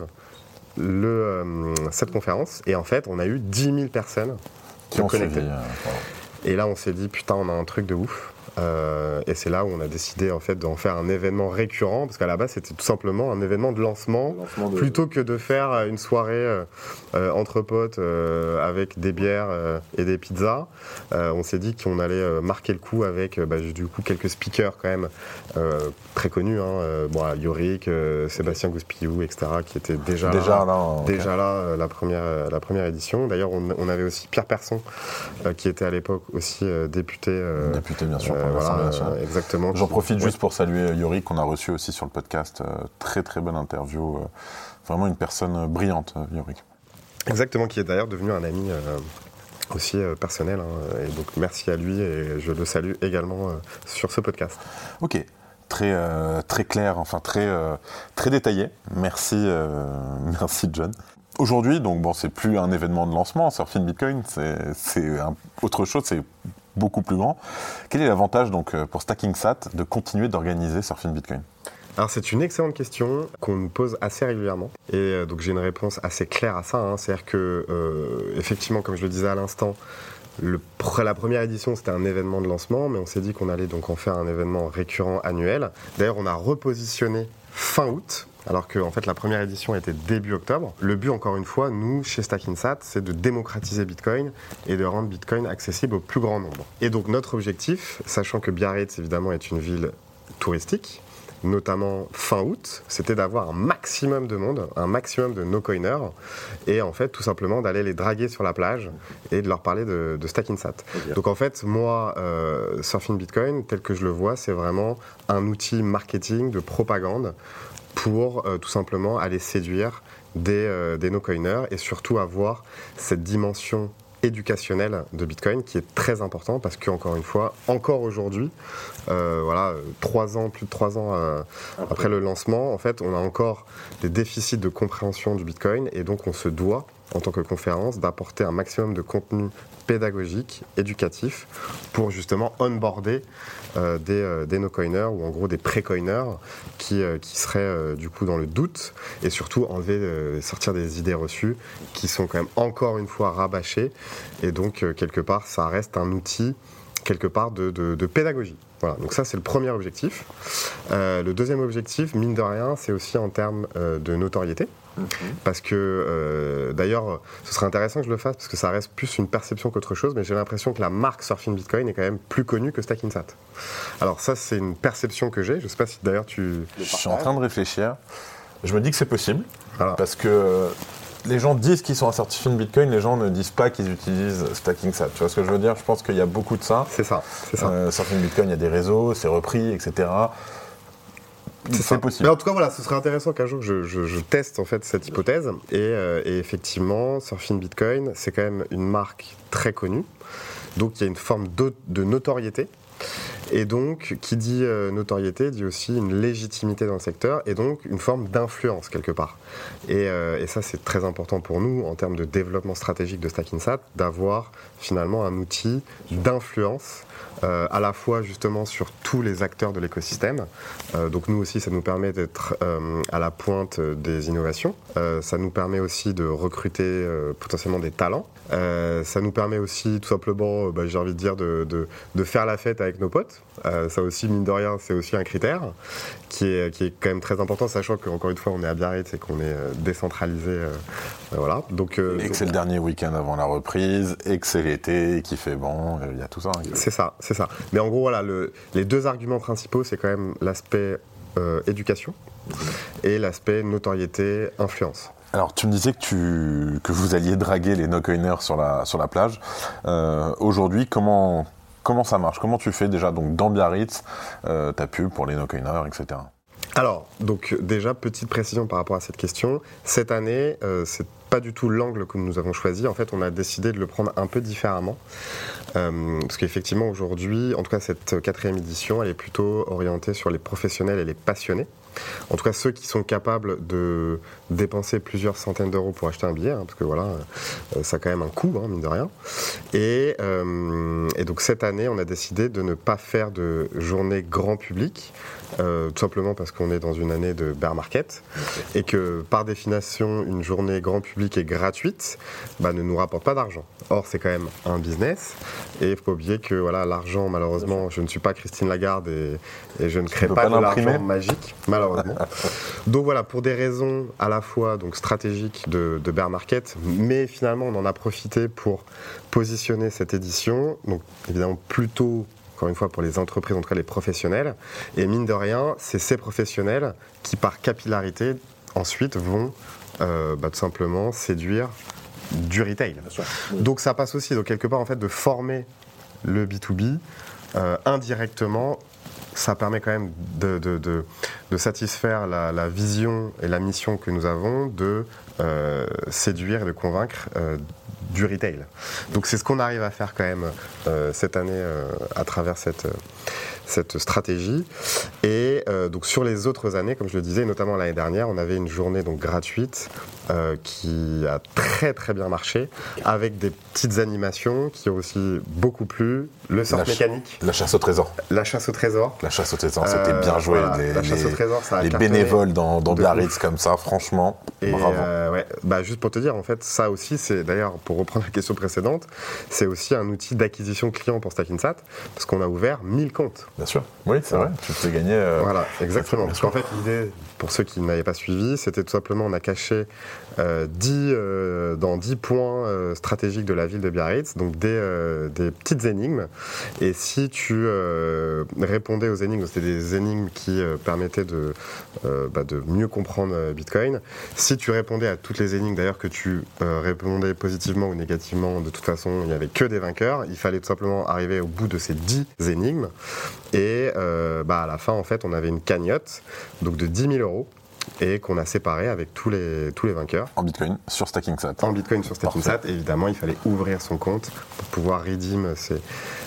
le, euh, cette conférence. Et en fait, on a eu dix mille personnes qui ont connecté. Suivi, euh, et là, on s'est dit, putain, on a un truc de ouf. Euh, et c'est là où on a décidé en fait d'en faire un événement récurrent, parce qu'à la base c'était tout simplement un événement de lancement, lancement de... plutôt que de faire une soirée euh, euh, entre potes euh, avec des bières euh, et des pizzas. Euh, on s'est dit qu'on allait euh, marquer le coup avec bah, du coup quelques speakers quand même euh, très connus, hein, euh, bon, Yorick, euh, Sébastien Gouspillou, et cetera, qui étaient déjà déjà là, là, okay. déjà là euh, la première euh, la première édition. D'ailleurs, on, on avait aussi Pierre Persson euh, qui était à l'époque aussi euh, député. Euh, député bien sûr. Euh, voilà, euh, exactement. J'en profite juste pour saluer Yorick qu'on a reçu aussi sur le podcast. Euh, très très bonne interview. Euh, vraiment une personne brillante, euh, Yorick. Exactement, qui est d'ailleurs devenu un ami euh, aussi euh, personnel. Hein, et donc merci à lui et je le salue également euh, sur ce podcast. Ok. Très, euh, très clair, enfin très, euh, très détaillé. Merci, euh, merci John. Aujourd'hui, donc bon, c'est plus un événement de lancement, Surfing Bitcoin, c'est, c'est un, autre chose, c'est beaucoup plus grand. Quel est l'avantage donc pour StackingSat de continuer d'organiser Surfing Bitcoin ? Alors c'est une excellente question qu'on nous pose assez régulièrement et euh, donc j'ai une réponse assez claire à ça. Hein. C'est-à-dire que euh, effectivement, comme je le disais à l'instant, le, la première édition c'était un événement de lancement, mais on s'est dit qu'on allait donc en faire un événement récurrent annuel. D'ailleurs, on a repositionné fin août. Alors que en fait, la première édition était début octobre. Le but, encore une fois, nous, chez StackingSat, c'est de démocratiser Bitcoin et de rendre Bitcoin accessible au plus grand nombre. Et donc, notre objectif, sachant que Biarritz, évidemment, est une ville touristique, notamment fin août, c'était d'avoir un maximum de monde, un maximum de no-coiners, et en fait, tout simplement, d'aller les draguer sur la plage et de leur parler de, de StackingSat. Okay. Donc en fait, moi, euh, Surfing Bitcoin, tel que je le vois, c'est vraiment un outil marketing, de propagande, pour euh, tout simplement aller séduire des, euh, des no-coiners et surtout avoir cette dimension éducationnelle de Bitcoin qui est très important parce qu'encore une fois, encore aujourd'hui, euh, voilà, trois ans, plus de trois ans euh, après. après le lancement, en fait, on a encore des déficits de compréhension du Bitcoin et donc on se doit, en tant que conférence, d'apporter un maximum de contenu pédagogique, éducatif, pour justement onboarder euh, des, euh, des no-coiners ou en gros des pré-coiners qui, euh, qui seraient euh, du coup dans le doute et surtout enlever, euh, sortir des idées reçues qui sont quand même encore une fois rabâchées et donc euh, quelque part ça reste un outil quelque part de, de, de pédagogie. Voilà, donc ça c'est le premier objectif. Euh, le deuxième objectif, mine de rien, c'est aussi en termes euh, de notoriété. Parce que, euh, d'ailleurs, ce serait intéressant que je le fasse parce que ça reste plus une perception qu'autre chose, mais j'ai l'impression que la marque Surfing Bitcoin est quand même plus connue que StackingSat. Alors ça, c'est une perception que j'ai. Je ne sais pas si d'ailleurs tu... Je suis en train de réfléchir. Je me dis que c'est possible, voilà. Parce que les gens disent qu'ils sont un Surfing Bitcoin, les gens ne disent pas qu'ils utilisent StackingSat. Tu vois ce que je veux dire ? Je pense qu'il y a beaucoup de ça. C'est ça, c'est ça. Euh, Surfing Bitcoin, il y a des réseaux, c'est repris, et cetera. C'est, c'est possible. Mais en tout cas, voilà, ce serait intéressant qu'un jour je, je, je teste en fait cette hypothèse. Et, euh, et effectivement, Surfing Bitcoin, c'est quand même une marque très connue. Donc il y a une forme de, de notoriété. Et donc, qui dit euh, notoriété dit aussi une légitimité dans le secteur et donc une forme d'influence quelque part. Et, euh, et ça, c'est très important pour nous en termes de développement stratégique de StackInsat, d'avoir finalement un outil d'influence Euh, à la fois justement sur tous les acteurs de l'écosystème. Euh, donc nous aussi, ça nous permet d'être euh, à la pointe des innovations. Euh, ça nous permet aussi de recruter euh, potentiellement des talents. Euh, ça nous permet aussi tout simplement, euh, bah, j'ai envie de dire, de, de, de faire la fête avec nos potes. Euh, ça aussi, mine de rien, c'est aussi un critère qui est, qui est quand même très important, sachant qu'encore une fois, on est à Biarritz et qu'on est euh, décentralisé. Euh, voilà. Donc, euh, et que c'est le dernier week-end avant la reprise, et que c'est l'été, et qu'il fait bon, il y a tout ça. Hein, c'est ça, c'est ça. Mais en gros, voilà, le, les deux arguments principaux, c'est quand même l'aspect euh, éducation et l'aspect notoriété, influence. Alors, tu me disais que, tu, que vous alliez draguer les no-coiners sur la, sur la plage. Euh, aujourd'hui, comment, comment ça marche? Comment tu fais déjà donc, dans Biarritz euh, ta pub pour les no-coiners, et cetera. Alors, donc déjà, petite précision par rapport à cette question. Cette année, euh, c'est pas du tout l'angle que nous avons choisi. En fait, on a décidé de le prendre un peu différemment. Euh, parce qu'effectivement, aujourd'hui, en tout cas, cette quatrième édition, elle est plutôt orientée sur les professionnels et les passionnés. En tout cas, ceux qui sont capables de dépenser plusieurs centaines d'euros pour acheter un billet, hein, parce que voilà, euh, ça a quand même un coût, hein, mine de rien. Et, euh, et donc, cette année, on a décidé de ne pas faire de journée grand public, euh, tout simplement parce qu'on est dans une année de bear market, et que, par définition, une journée grand public et gratuite, bah, ne nous rapporte pas d'argent. Or, c'est quand même un business, et il ne faut pas oublier que voilà, l'argent, malheureusement, je ne suis pas Christine Lagarde et, et je ne crée pas, pas de l'argent magique, malheureusement. Donc voilà, pour des raisons à la fois donc, stratégiques de, de bear market, mais finalement on en a profité pour positionner cette édition, donc évidemment plutôt, encore une fois, pour les entreprises, en tout cas les professionnels, et mine de rien, c'est ces professionnels qui par capillarité ensuite vont euh, bah, tout simplement séduire du retail. Donc ça passe aussi, donc quelque part en fait de former le B deux B euh, indirectement. Ça permet quand même de, de, de, de satisfaire la, la vision et la mission que nous avons de euh, séduire et de convaincre euh, du retail. Donc c'est ce qu'on arrive à faire quand même euh, cette année euh, à travers cette, euh, cette stratégie. Et euh, donc sur les autres années, comme je le disais, notamment l'année dernière, on avait une journée donc gratuite euh, qui a très très bien marché, avec des petites animations qui ont aussi beaucoup plu. Le surf la mécanique. La chasse au trésor. La chasse au trésor. La chasse au trésor, c'était euh, bien joué. Voilà, les, la chasse les, au trésor, ça a les bénévoles dans, dans Biarritz comme ça, franchement, et bravo. Euh, ouais, bah, juste pour te dire, en fait, ça aussi, c'est d'ailleurs, pour reprendre la question précédente, c'est aussi un outil d'acquisition client pour StackInsat, parce qu'on a ouvert mille comptes. Bien sûr, oui, c'est vrai, tu peux gagner. Euh, voilà, exactement. Parce qu'en fait, l'idée, pour ceux qui n'avaient pas suivi, c'était tout simplement, on a caché euh, dix, euh, dans dix points euh, stratégiques de la ville de Biarritz, donc des, euh, des petites énigmes. Et si tu euh, répondais aux énigmes, c'était des énigmes qui euh, permettaient de, euh, bah, de mieux comprendre euh, Bitcoin. Si tu répondais à toutes les énigmes, d'ailleurs que tu euh, répondais positivement ou négativement, de toute façon, il n'y avait que des vainqueurs. Il fallait tout simplement arriver au bout de ces dix énigmes. Et euh, bah, à la fin, en fait, on avait une cagnotte donc de dix mille euros. Et qu'on a séparé avec tous les, tous les vainqueurs. En Bitcoin sur StackInsat. En Bitcoin sur StackInsat. Évidemment, il fallait ouvrir son compte pour pouvoir redeem ses,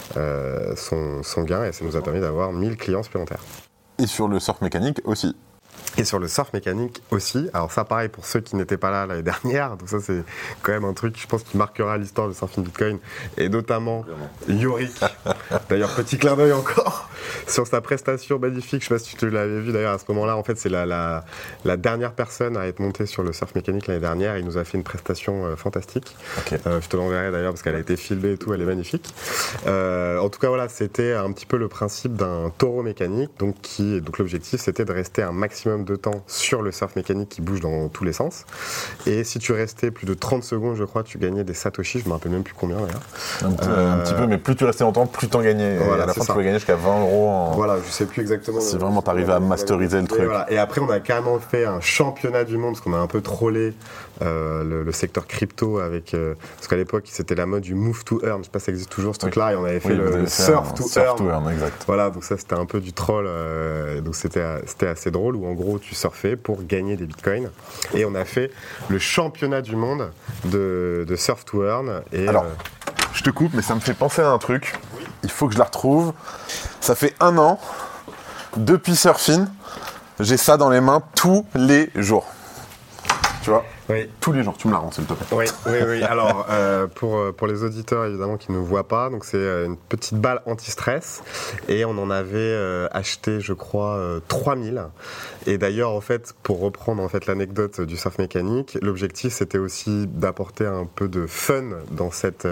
euh, son, son gain. Et ça nous a permis d'avoir mille clients supplémentaires. Et sur le surf mécanique aussi. Et sur le surf mécanique aussi. Alors ça, pareil, pour ceux qui n'étaient pas là l'année dernière. Donc ça, c'est quand même un truc, je pense, qui marquera l'histoire du surfing Bitcoin. Et notamment Yorick. D'ailleurs, petit clin d'œil encore sur sa prestation magnifique. Je sais pas si tu l'avais vu d'ailleurs à ce moment-là. En fait, c'est la, la, la dernière personne à être montée sur le surf mécanique l'année dernière. Il nous a fait une prestation euh, fantastique. Okay. Euh, je te l'enverrai d'ailleurs parce qu'elle a été filmée et tout. Elle est magnifique. Euh, en tout cas, voilà, c'était un petit peu le principe d'un taureau mécanique. Donc, qui, donc l'objectif, c'était de rester un maximum de temps sur le surf mécanique qui bouge dans tous les sens. Et si tu restais plus de trente secondes, je crois, tu gagnais des satoshis. Je me rappelle même plus combien d'ailleurs. Un, petit, euh, un petit peu, mais plus tu restais longtemps, plus t'en gagnais. Voilà, et à la fin, ça. Tu pouvais gagner jusqu'à vingt euros. En... Voilà, je sais plus exactement. Si vraiment t'arrivais à masteriser le et truc. Voilà. Et après, on a carrément fait un championnat du monde parce qu'on a un peu trollé euh, le, le secteur crypto avec. Euh, parce qu'à l'époque, c'était la mode du move to earn. Je sais pas si ça existe toujours ce truc-là. Oui. Et on avait fait oui, le surf, to, surf earn. to earn. Exact. Voilà, donc ça, c'était un peu du troll. Euh, donc c'était, c'était assez drôle où en gros, tu surfais pour gagner des bitcoins. Et on a fait le championnat du monde de, de surf to earn. Et, Alors, euh... je te coupe, mais ça me fait penser à un truc. Oui. il faut que je la retrouve. Ça fait un an, depuis Surfin, j'ai ça dans les mains tous les jours. Tu vois ? Oui. Tous les jours, tu me la rends, s'il te plaît. Oui, oui, oui. Alors, euh, pour, pour les auditeurs, évidemment, qui ne voient pas, donc c'est une petite balle anti-stress. Et on en avait euh, acheté, je crois, euh, trois mille. Et d'ailleurs, en fait, pour reprendre en fait, l'anecdote du surf mécanique, l'objectif, c'était aussi d'apporter un peu de fun dans cette,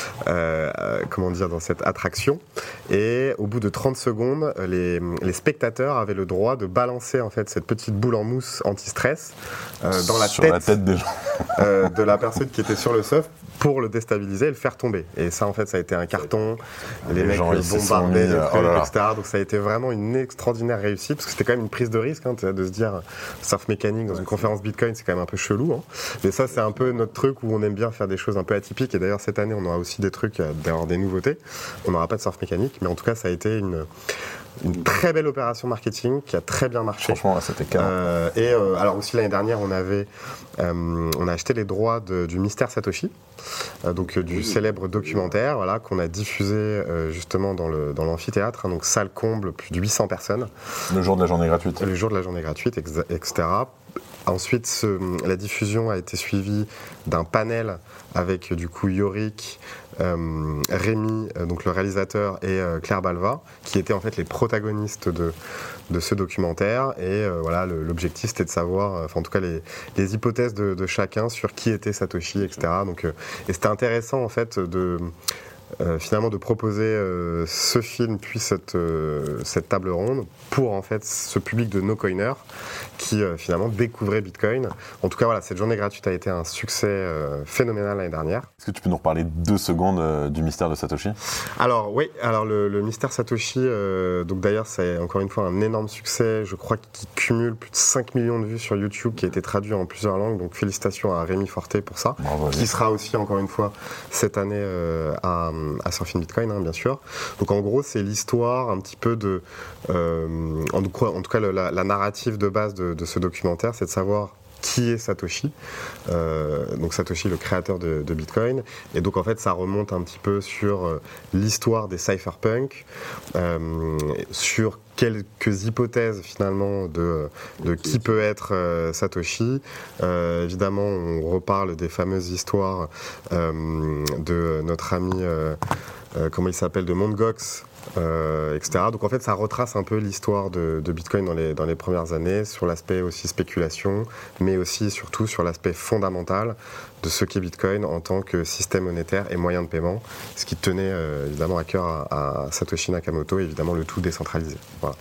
euh, comment dire, dans cette attraction. Et au bout de trente secondes, les, les spectateurs avaient le droit de balancer en fait, cette petite boule en mousse anti-stress euh, dans la Sur tête, la tête des gens. euh, de la personne qui était sur le surf pour le déstabiliser et le faire tomber. Et ça, en fait, ça a été un carton. Les, les mecs gens, ils bombardaient, mis, euh, trucs, oh là là. et cetera. Donc ça a été vraiment une extraordinaire réussite, parce que c'était quand même une prise de risque, hein, de se dire surf mécanique dans une conférence Bitcoin, c'est quand même un peu chelou. Hein. Mais ça, c'est un peu notre truc où on aime bien faire des choses un peu atypiques. Et d'ailleurs, cette année, on aura aussi des trucs, d'avoir des nouveautés. On n'aura pas de surf mécanique, mais en tout cas, ça a été une... une très belle opération marketing qui a très bien marché. Franchement, c'était calme. Euh, et euh, alors aussi l'année dernière, on avait, euh, on a acheté les droits de, du Mystère Satoshi, euh, donc euh, du célèbre documentaire, voilà, qu'on a diffusé euh, justement dans le dans l'amphithéâtre, hein, donc salle comble, plus de huit cents personnes. Le jour de la journée gratuite. Le jour de la journée gratuite, et cetera. Ensuite, ce, la diffusion a été suivie d'un panel avec du coup Yorick, euh, Rémi, euh, donc le réalisateur, et euh, Claire Balva, qui étaient en fait les protagonistes de, de ce documentaire. Et euh, voilà, le, l'objectif c'était de savoir, enfin en tout cas les, les hypothèses de, de chacun sur qui était Satoshi, et cetera. Donc, euh, et c'était intéressant en fait de Euh, finalement de proposer euh, ce film puis cette, euh, cette table ronde pour en fait ce public de no-coiners qui euh, finalement découvrait Bitcoin. En tout cas voilà, cette journée gratuite a été un succès euh, phénoménal l'année dernière. Est-ce que tu peux nous reparler deux secondes euh, du mystère de Satoshi ? Alors oui, alors le, le mystère Satoshi, euh, donc d'ailleurs c'est encore une fois un énorme succès, je crois qu'il cumule plus de cinq millions de vues sur YouTube, qui a été traduit en plusieurs langues, donc félicitations à Rémi Forté pour ça, Bravo, qui sera aussi encore une fois cette année euh, à à Surfing Bitcoin, hein, bien sûr. Donc en gros, c'est l'histoire un petit peu de... Euh, en, tout cas, en tout cas, le, la, la narrative de base de, de ce documentaire, c'est de savoir qui est Satoshi. Euh, donc Satoshi, le créateur de, de Bitcoin. Et donc en fait, ça remonte un petit peu sur euh, l'histoire des cypherpunks, euh, sur quelques hypothèses finalement de, de qui peut être euh, Satoshi. Euh, évidemment, on reparle des fameuses histoires euh, de notre ami, euh, euh, comment il s'appelle, de Mt. Gox, euh, et cetera. Donc en fait, ça retrace un peu l'histoire de, de Bitcoin dans les, dans les premières années, sur l'aspect aussi spéculation, mais aussi et surtout sur l'aspect fondamental de ce qu'est Bitcoin en tant que système monétaire et moyen de paiement, ce qui tenait euh, évidemment à cœur à, à Satoshi Nakamoto, et évidemment le tout décentralisé. Voilà.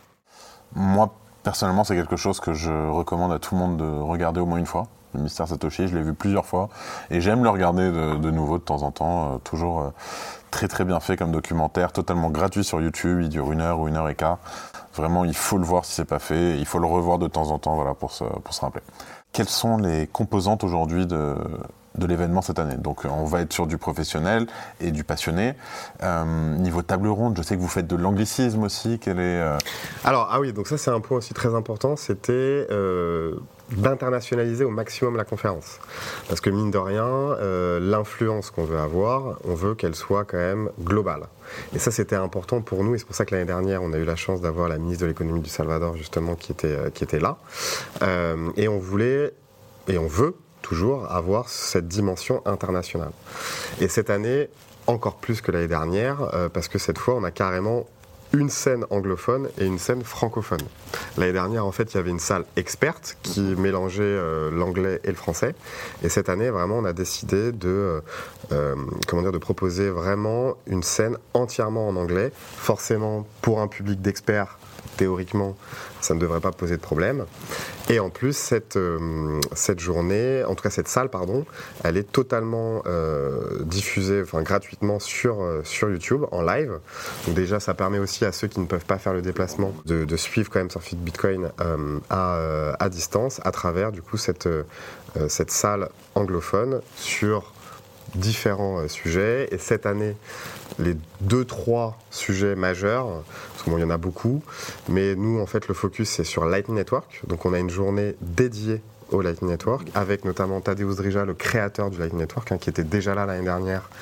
Moi, personnellement, c'est quelque chose que je recommande à tout le monde de regarder au moins une fois. Le mystère Satoshi, je l'ai vu plusieurs fois et j'aime le regarder de, de nouveau de temps en temps. Euh, toujours euh, très très bien fait comme documentaire, totalement gratuit sur YouTube. Il dure une heure ou une heure et quart. Vraiment, il faut le voir si c'est pas fait. Il faut le revoir de temps en temps, voilà, pour se, pour se rappeler. Quelles sont les composantes aujourd'hui de, de l'événement cette année ? Donc, on va être sur du professionnel et du passionné. Euh, niveau table ronde, je sais que vous faites de l'anglicisme aussi. Quel est euh... Alors, ah oui, donc ça c'est un point aussi très important. C'était euh, d'internationaliser au maximum la conférence, parce que mine de rien, euh, l'influence qu'on veut avoir, on veut qu'elle soit quand même globale. Et ça, c'était important pour nous, et c'est pour ça que l'année dernière, on a eu la chance d'avoir la ministre de l'économie du Salvador, justement, qui était, euh, qui était là. Euh, et on voulait, et on veut toujours avoir cette dimension internationale. Et cette année, encore plus que l'année dernière, euh, parce que cette fois, on a carrément une scène anglophone et une scène francophone. L'année dernière, en fait, il y avait une salle experte qui mélangeait euh, l'anglais et le français. Et cette année, vraiment, on a décidé de, euh, comment dire, de proposer vraiment une scène entièrement en anglais. Forcément, pour un public d'experts, théoriquement, ça ne devrait pas poser de problème. Et en plus, cette, euh, cette journée, en tout cas cette salle, pardon, elle est totalement euh, diffusée, enfin gratuitement sur, euh, sur YouTube, en live. Donc déjà, ça permet aussi à ceux qui ne peuvent pas faire le déplacement de, de suivre quand même Surfing Bitcoin euh, à, euh, à distance, à travers du coup cette, euh, cette salle anglophone sur différents euh, sujets. Et cette année, les deux, trois sujets majeurs, parce qu'il bon, y en a beaucoup, mais nous, en fait, le focus, c'est sur Lightning Network. Donc, on a une journée dédiée au Lightning Network, avec notamment Tadeusz Drija, le créateur du Lightning Network, hein, qui était déjà là l'année dernière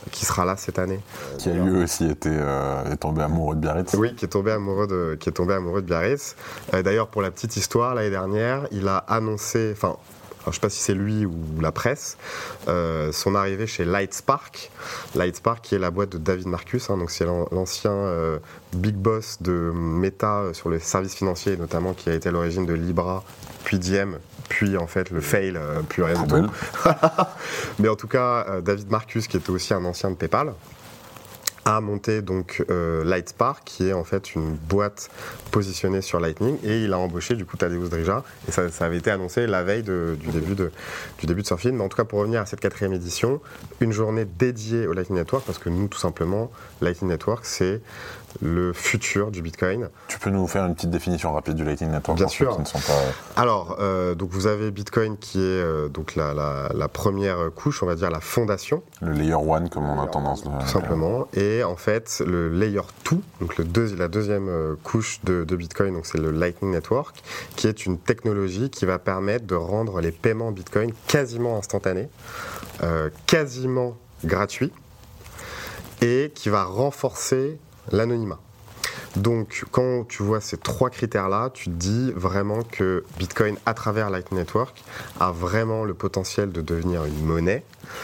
qui sera là cette année. Qui a lui aussi été euh, est tombé amoureux de Biarritz. Oui, qui est tombé amoureux de, qui est tombé amoureux de Biarritz. Euh, d'ailleurs, pour la petite histoire, l'année dernière, il a annoncé, enfin, je ne sais pas si c'est lui ou la presse, euh, son arrivée chez Lightspark. Lightspark qui est la boîte de David Marcus, hein, donc c'est l'ancien euh, big boss de Meta sur les services financiers, notamment qui a été à l'origine de Libra, puis Diem, puis en fait le fail, euh, plus rien du tout. Mais en tout cas, euh, David Marcus, qui était aussi un ancien de PayPal, a monté donc euh, Lightspark, qui est en fait une boîte positionnée sur Lightning, et il a embauché du coup Tadeusz Drija, et ça, ça avait été annoncé la veille de, du, début de, du début de Surfin. Mais en tout cas, pour revenir à cette quatrième édition, une journée dédiée au Lightning Network, parce que nous, tout simplement, Lightning Network, c'est le futur du Bitcoin. Tu peux nous faire une petite définition rapide du Lightning Network? Bien sûr. Qui ne sont pas... Alors, euh, donc vous avez Bitcoin qui est euh, donc la, la, la première couche, on va dire la fondation. Le layer one, comme on a tendance de... Tout simplement. Et en fait, le layer deux, donc le deux, la deuxième euh, couche de, de Bitcoin, donc c'est le Lightning Network, qui est une technologie qui va permettre de rendre les paiements Bitcoin quasiment instantanés, euh, quasiment gratuits, et qui va renforcer l'anonymat. Donc, quand tu vois ces trois critères-là, tu te dis vraiment que Bitcoin, à travers Lightning Network, a vraiment le potentiel de devenir une monnaie,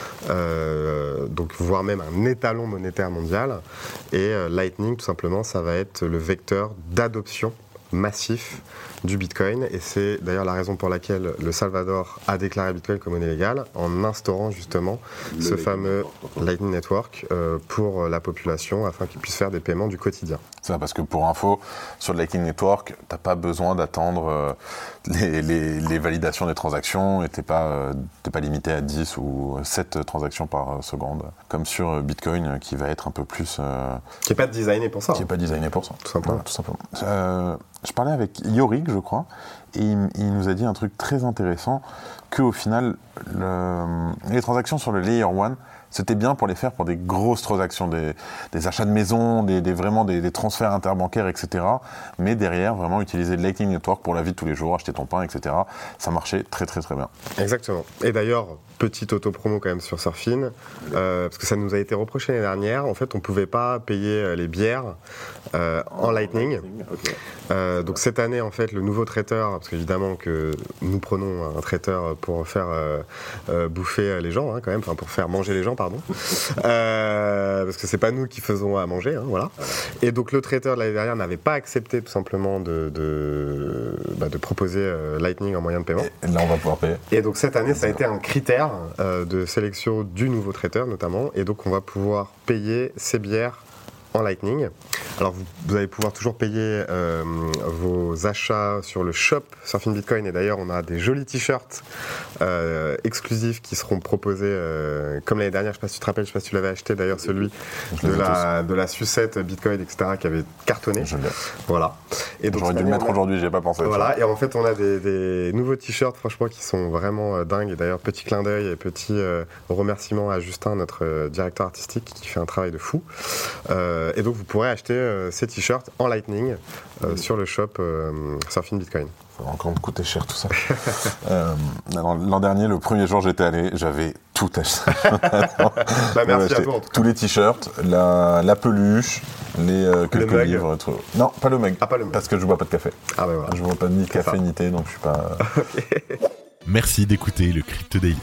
euh, donc voire même un étalon monétaire mondial. Et euh, Lightning, tout simplement, ça va être le vecteur d'adoption massif du Bitcoin, et c'est d'ailleurs la raison pour laquelle le Salvador a déclaré Bitcoin comme monnaie légale, en instaurant justement le ce Lightning fameux Network. Lightning Network euh, pour la population, afin qu'ils puissent faire des paiements du quotidien. C'est ça, parce que pour info, sur le Lightning Network, t'as pas besoin d'attendre euh, les, les, les validations des transactions, et t'es pas, euh, t'es pas limité à dix ou sept transactions par seconde, comme sur Bitcoin, euh, qui va être un peu plus... Euh, qui n'est pas designé pour ça. Qui n'est pas designé pour ça. Tout simplement. Voilà, tout simplement. Euh, je parlais avec Yorick, je crois, et il, il nous a dit un truc très intéressant, qu'au final, le, les transactions sur le Layer un, c'était bien pour les faire pour des grosses transactions, des, des achats de maison, des, des, vraiment des, des transferts interbancaires, et cetera. Mais derrière, vraiment utiliser le Lightning Network pour la vie de tous les jours, acheter ton pain, et cetera. Ça marchait très très très bien. Exactement. Et d'ailleurs, petite auto-promo quand même sur Surfin, euh, parce que ça nous a été reproché l'année dernière. En fait, on ne pouvait pas payer les bières euh, en Lightning. Okay. Euh, donc cette année, en fait, le nouveau traiteur, parce qu'évidemment que nous prenons un traiteur pour faire euh, euh, bouffer les gens, hein, quand même, enfin pour faire manger les gens, pardon, euh, parce que c'est pas nous qui faisons à manger, hein, voilà. Et donc le traiteur de l'année dernière n'avait pas accepté tout simplement de, de, bah, de proposer euh, Lightning en moyen de paiement. Et là, on va pouvoir payer. Et donc cette année, ça a été un critère euh, de sélection du nouveau traiteur notamment, et donc on va pouvoir payer ces bières en Lightning. Alors vous, vous allez pouvoir toujours payer euh, vos achats sur le shop Surfin Bitcoin, et d'ailleurs on a des jolis t-shirts euh, exclusifs qui seront proposés euh, comme l'année dernière. Je ne sais pas si tu te rappelles, je ne sais pas si tu l'avais acheté d'ailleurs, celui de la, de la sucette Bitcoin, et cetera, qui avait cartonné. Je l'ai. Voilà. Et donc j'aurais dû le mettre a... aujourd'hui, j'y ai pas pensé. Voilà. Et en fait on a des, des nouveaux t-shirts franchement qui sont vraiment euh, dingues, et d'ailleurs petit clin d'œil et petit euh, remerciement à Justin, notre euh, directeur artistique, qui fait un travail de fou. Euh, et donc vous pourrez acheter euh, ces t-shirts en Lightning euh, mmh. sur le shop euh, Surfin Bitcoin. Ça va encore me coûter cher tout ça. euh, l'an dernier, le premier jour j'étais allé, j'avais tout acheté. bah, merci à toi en tout cas. Tous les t-shirts, la, la peluche, les euh, quelques le livres. Tout. Non, pas le mug. Ah, pas le mug. Parce que je bois pas de café. Ah bah voilà. Je bois pas ni café ni thé, donc je suis pas. Okay. Merci d'écouter le Crypto Daily.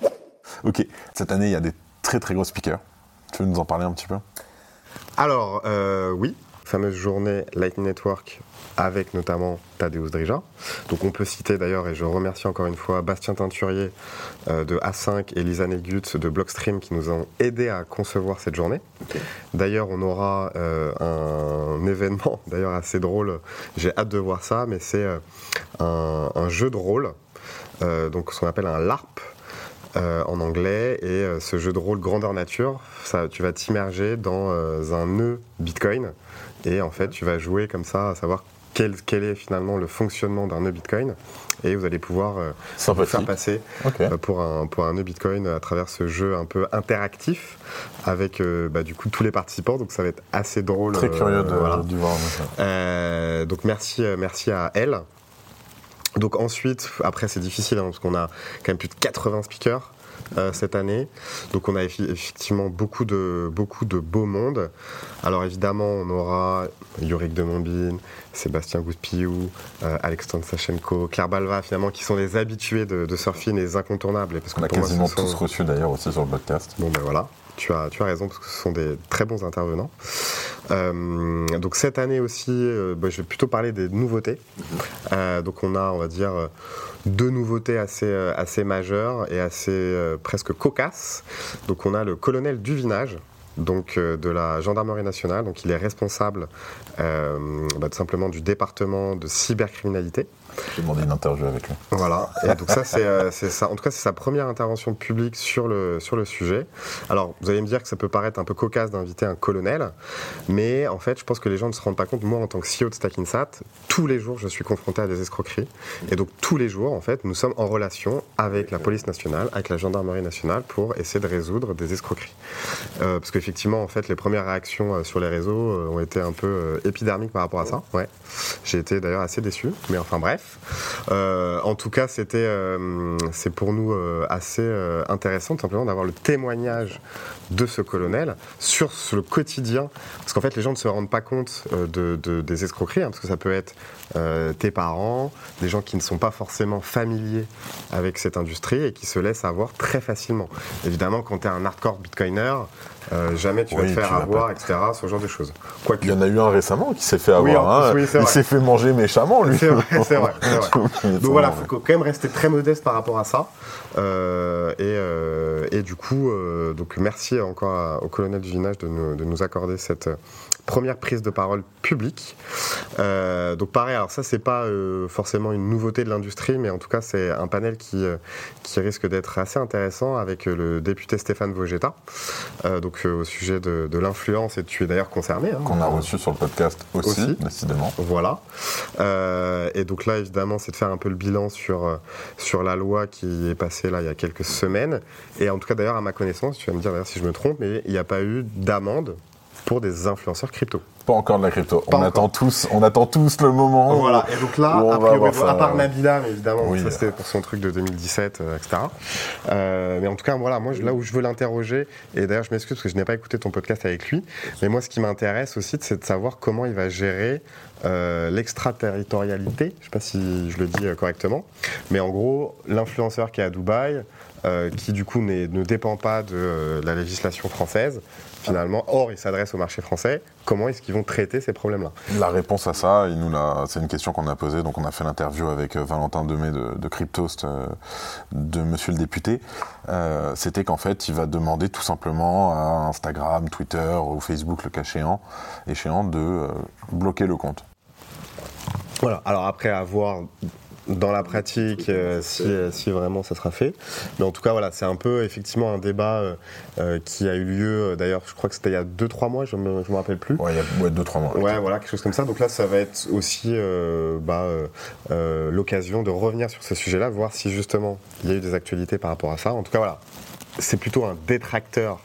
Ok, cette année il y a des très très gros speakers. Tu veux nous en parler un petit peu? Alors, euh, oui, fameuse journée Lightning Network avec notamment Tadeusz Drija. Donc on peut citer d'ailleurs, et je remercie encore une fois Bastien Teinturier euh, de A cinq et Lisa Negut de Blockstream qui nous ont aidés à concevoir cette journée. Okay. D'ailleurs, on aura euh, un événement d'ailleurs assez drôle, j'ai hâte de voir ça, mais c'est euh, un, un jeu de rôle, euh, donc ce qu'on appelle un LARP. Euh, en anglais, et euh, ce jeu de rôle grandeur nature, ça, tu vas t'immerger dans euh, un nœud Bitcoin, et en fait tu vas jouer comme ça à savoir quel, quel est finalement le fonctionnement d'un nœud Bitcoin, et vous allez pouvoir euh, vous faire passer okay. euh, pour, un, pour un nœud Bitcoin à travers ce jeu un peu interactif avec euh, bah, du coup tous les participants, donc ça va être assez drôle. Très curieux euh, de, voilà. de voir. Euh, donc merci, merci à elle. Donc ensuite, après c'est difficile hein, parce qu'on a quand même plus de quatre-vingts speakers euh, cette année. Donc on a effi- effectivement beaucoup de, beaucoup de beau monde. Alors évidemment, on aura Yorick de Montbine, Sébastien Gouspillou, euh, Alexandre Sachenko, Claire Balva, finalement, qui sont des habitués de, de Surfing et des incontournables. Parce que on a pour quasiment moi, ce tous sont... reçus d'ailleurs aussi sur le podcast. Bon ben voilà. Tu as, tu as raison, parce que ce sont des très bons intervenants. Euh, donc cette année aussi, euh, bah, je vais plutôt parler des nouveautés. Euh, donc on a, on va dire, deux nouveautés assez, assez majeures et assez euh, presque cocasses. Donc on a le colonel Duvinage, donc euh, de la gendarmerie nationale. Donc il est responsable euh, bah, tout simplement du département de cybercriminalité. J'ai demandé une interview avec lui. Voilà, et donc ça, c'est, euh, c'est ça. En tout cas, c'est sa première intervention publique sur le, sur le sujet. Alors, vous allez me dire que ça peut paraître un peu cocasse d'inviter un colonel, mais en fait, je pense que les gens ne se rendent pas compte. Moi, en tant que C E O de StackInsat, tous les jours, je suis confronté à des escroqueries. Et donc, tous les jours, en fait, nous sommes en relation avec la police nationale, avec la gendarmerie nationale, pour essayer de résoudre des escroqueries. Euh, parce qu'effectivement, en fait, les premières réactions euh, sur les réseaux euh, ont été un peu euh, épidermiques par rapport à ça. Ouais. J'ai été d'ailleurs assez déçu, mais enfin bref. Euh, en tout cas, c'était, euh, c'est pour nous euh, assez euh, intéressant, tout simplement, d'avoir le témoignage de ce colonel sur, sur le quotidien, parce qu'en fait, les gens ne se rendent pas compte euh, de, de, des escroqueries, hein, parce que ça peut être euh, tes parents, des gens qui ne sont pas forcément familiers avec cette industrie et qui se laissent avoir très facilement. Évidemment, quand tu es un hardcore bitcoiner, Euh, jamais tu vas oui, te faire tu avoir, pas... et cetera. Ce genre de choses. Quoique... Il y en a eu un récemment qui s'est fait avoir. Oui, en plus, hein. oui, c'est Il vrai. s'est fait manger méchamment, lui. C'est vrai, c'est vrai. C'est vrai. Donc voilà, il faut quand même rester très modeste par rapport à ça. Euh, et, euh, et du coup, euh, donc merci encore à, au colonel Duvinage de nous, de nous accorder cette première prise de parole publique. Euh, donc pareil, alors ça c'est pas euh, forcément une nouveauté de l'industrie, mais en tout cas c'est un panel qui, euh, qui risque d'être assez intéressant avec le député Stéphane Vogetta, euh, donc euh, au sujet de, de l'influence, et tu es d'ailleurs concerné. Hein, qu'on a reçu sur le podcast aussi, aussi. décidément. Voilà. Euh, et donc là évidemment c'est de faire un peu le bilan sur, euh, sur la loi qui est passée là il y a quelques semaines, et en tout cas d'ailleurs à ma connaissance, tu vas me dire d'ailleurs si je me trompe, mais il n'y a pas eu d'amende pour des influenceurs crypto. Pas encore de la crypto. Pas on encore. attend tous, on attend tous le moment. Voilà. Et donc là, où a priori, à part ça... Nabila, mais évidemment, oui. ça c'était pour son truc de deux mille dix-sept, euh, et cetera. Euh, mais en tout cas, voilà, moi, là où je veux l'interroger, et d'ailleurs, je m'excuse parce que je n'ai pas écouté ton podcast avec lui, mais moi, ce qui m'intéresse aussi, c'est de savoir comment il va gérer euh, l'extraterritorialité. Je ne sais pas si je le dis euh, correctement, mais en gros, l'influenceur qui est à Dubaï, euh, qui du coup n'est, ne dépend pas de euh, la législation française. Finalement, or, ils s'adressent au marché français. Comment est-ce qu'ils vont traiter ces problèmes-là ? La réponse à ça, il nous l'a, c'est une question qu'on a posée. Donc, on a fait l'interview avec Valentin Demey de, de Cryptost, euh, de Monsieur le député. Euh, c'était qu'en fait, il va demander tout simplement à Instagram, Twitter ou Facebook, le cas échéant, échéant de euh, bloquer le compte. Voilà. Alors après, à voir dans la pratique, euh, si, si vraiment ça sera fait. Mais en tout cas, voilà, c'est un peu effectivement un débat euh, qui a eu lieu, d'ailleurs, je crois que c'était il y a deux trois mois, je ne me, me rappelle plus. Ouais, il y a ouais, deux trois mois. Ouais, ouais, voilà, quelque chose comme ça. Donc là, ça va être aussi euh, bah, euh, euh, l'occasion de revenir sur ce sujet-là, voir si justement il y a eu des actualités par rapport à ça. En tout cas, voilà, c'est plutôt un détracteur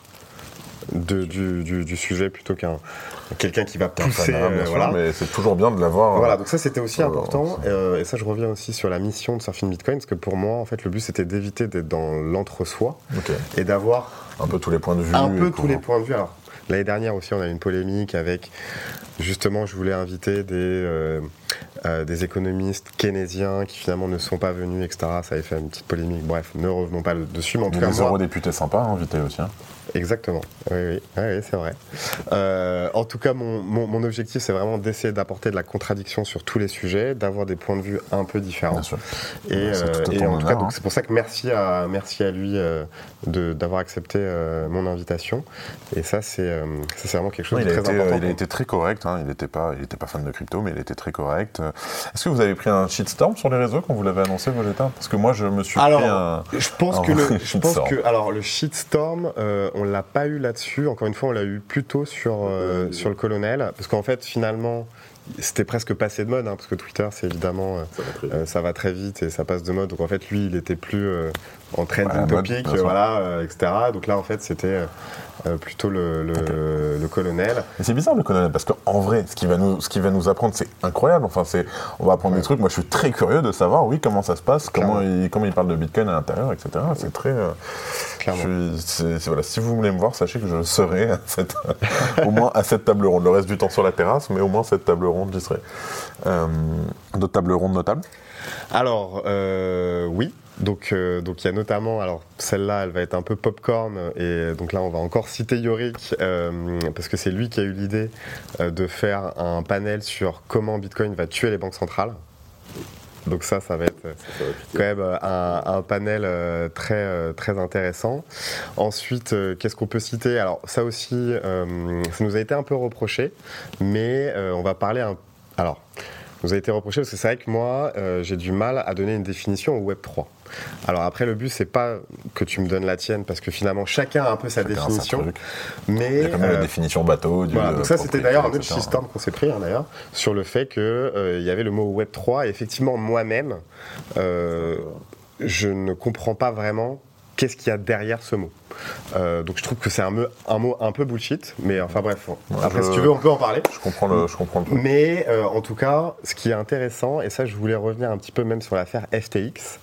De, du, du, du sujet plutôt qu'un quelqu'un qui va pousser. Fanat, euh, sûr, voilà. Mais c'est toujours bien de l'avoir. Voilà, donc ça c'était aussi euh, important. Euh, et ça je reviens aussi sur la mission de Surfing Bitcoin, parce que pour moi en fait le but c'était d'éviter d'être dans l'entre-soi okay. et d'avoir un peu tous les points de vue. Un peu tous les points de vue. Alors l'année dernière aussi on a eu une polémique avec justement je voulais inviter des euh, euh, des économistes keynésiens qui finalement ne sont pas venus, et cetera. Ça avait fait une petite polémique. Bref, ne revenons pas dessus. Mais en tout des cas, moi, eurodéputés sympas invités aussi. Hein. Exactement, oui, oui, oui, oui c'est vrai. Euh, en tout cas, mon, mon, mon objectif, c'est vraiment d'essayer d'apporter de la contradiction sur tous les sujets, d'avoir des points de vue un peu différents. Bien sûr. Et, euh, et en tout cas, hein. donc, c'est pour ça que merci à, merci à lui euh, de, d'avoir accepté euh, mon invitation. Et ça, c'est, euh, ça, c'est vraiment quelque chose oui, de très été, important. Il a été très correct, hein. il n'était pas, il était pas fan de crypto, mais il était très correct. Est-ce que vous avez pris un shitstorm sur les réseaux quand vous l'avez annoncé, Vogetta ? Parce que moi, je me suis alors, pris un... Je pense un que le, je pense que, alors, le shitstorm, euh, on ne l'a pas eu là-dessus. Encore une fois, on l'a eu plutôt sur, euh, sur le colonel, parce qu'en fait, finalement, c'était presque passé de mode, hein, parce que Twitter, c'est évidemment, euh, ça, va euh, ça va très vite et ça passe de mode. Donc en fait, lui, il était plus euh, en trending ouais, topic, mode, voilà, euh, et cetera. Donc là, en fait, c'était euh, plutôt le, le, okay. le, le colonel. Mais c'est bizarre le colonel, parce qu'en vrai, ce qu'il va nous, ce qu'il va nous apprendre, c'est incroyable. Enfin, c'est, on va apprendre ouais. des trucs. Moi, je suis très curieux de savoir, oui, comment ça se passe, comment il, comment il parle de Bitcoin à l'intérieur, et cetera. C'est très. Euh, Clairement. Je suis, c'est, c'est, voilà, si vous voulez me voir, sachez que je serai à cette, au moins à cette table ronde. Le reste du temps sur la terrasse, mais au moins cette table ronde, j'y serai. Euh, d'autres tables rondes notables ? Alors, euh, oui. Donc, euh, donc il y a notamment, alors celle-là, elle va être un peu popcorn, et donc là, on va encore citer Yorick, euh, parce que c'est lui qui a eu l'idée euh, de faire un panel sur comment Bitcoin va tuer les banques centrales. Donc ça, ça va être ça va quand même un, un panel euh, très, euh, très intéressant. Ensuite, euh, qu'est-ce qu'on peut citer ? Alors ça aussi, euh, ça nous a été un peu reproché, mais euh, on va parler un... Alors, ça nous a été reproché parce que c'est vrai que moi, euh, j'ai du mal à donner une définition au Web trois. Alors après, le but, c'est pas que tu me donnes la tienne, parce que finalement, chacun a un peu sa chacun définition. Mais il y a quand même euh, la définition bateau. Du voilà, donc ça, c'était d'ailleurs un autre shitstorm qu'on s'est pris, hein, d'ailleurs, sur le fait qu'il euh, y avait le mot Web trois. Et effectivement, moi-même, euh, je ne comprends pas vraiment qu'est-ce qu'il y a derrière ce mot. Euh, donc je trouve que c'est un, me, un mot un peu bullshit, mais enfin bref, ouais, après je, si tu veux on peut en parler. Je comprends le, je comprends le truc. Mais euh, en tout cas, ce qui est intéressant, et ça je voulais revenir un petit peu même sur l'affaire F T X,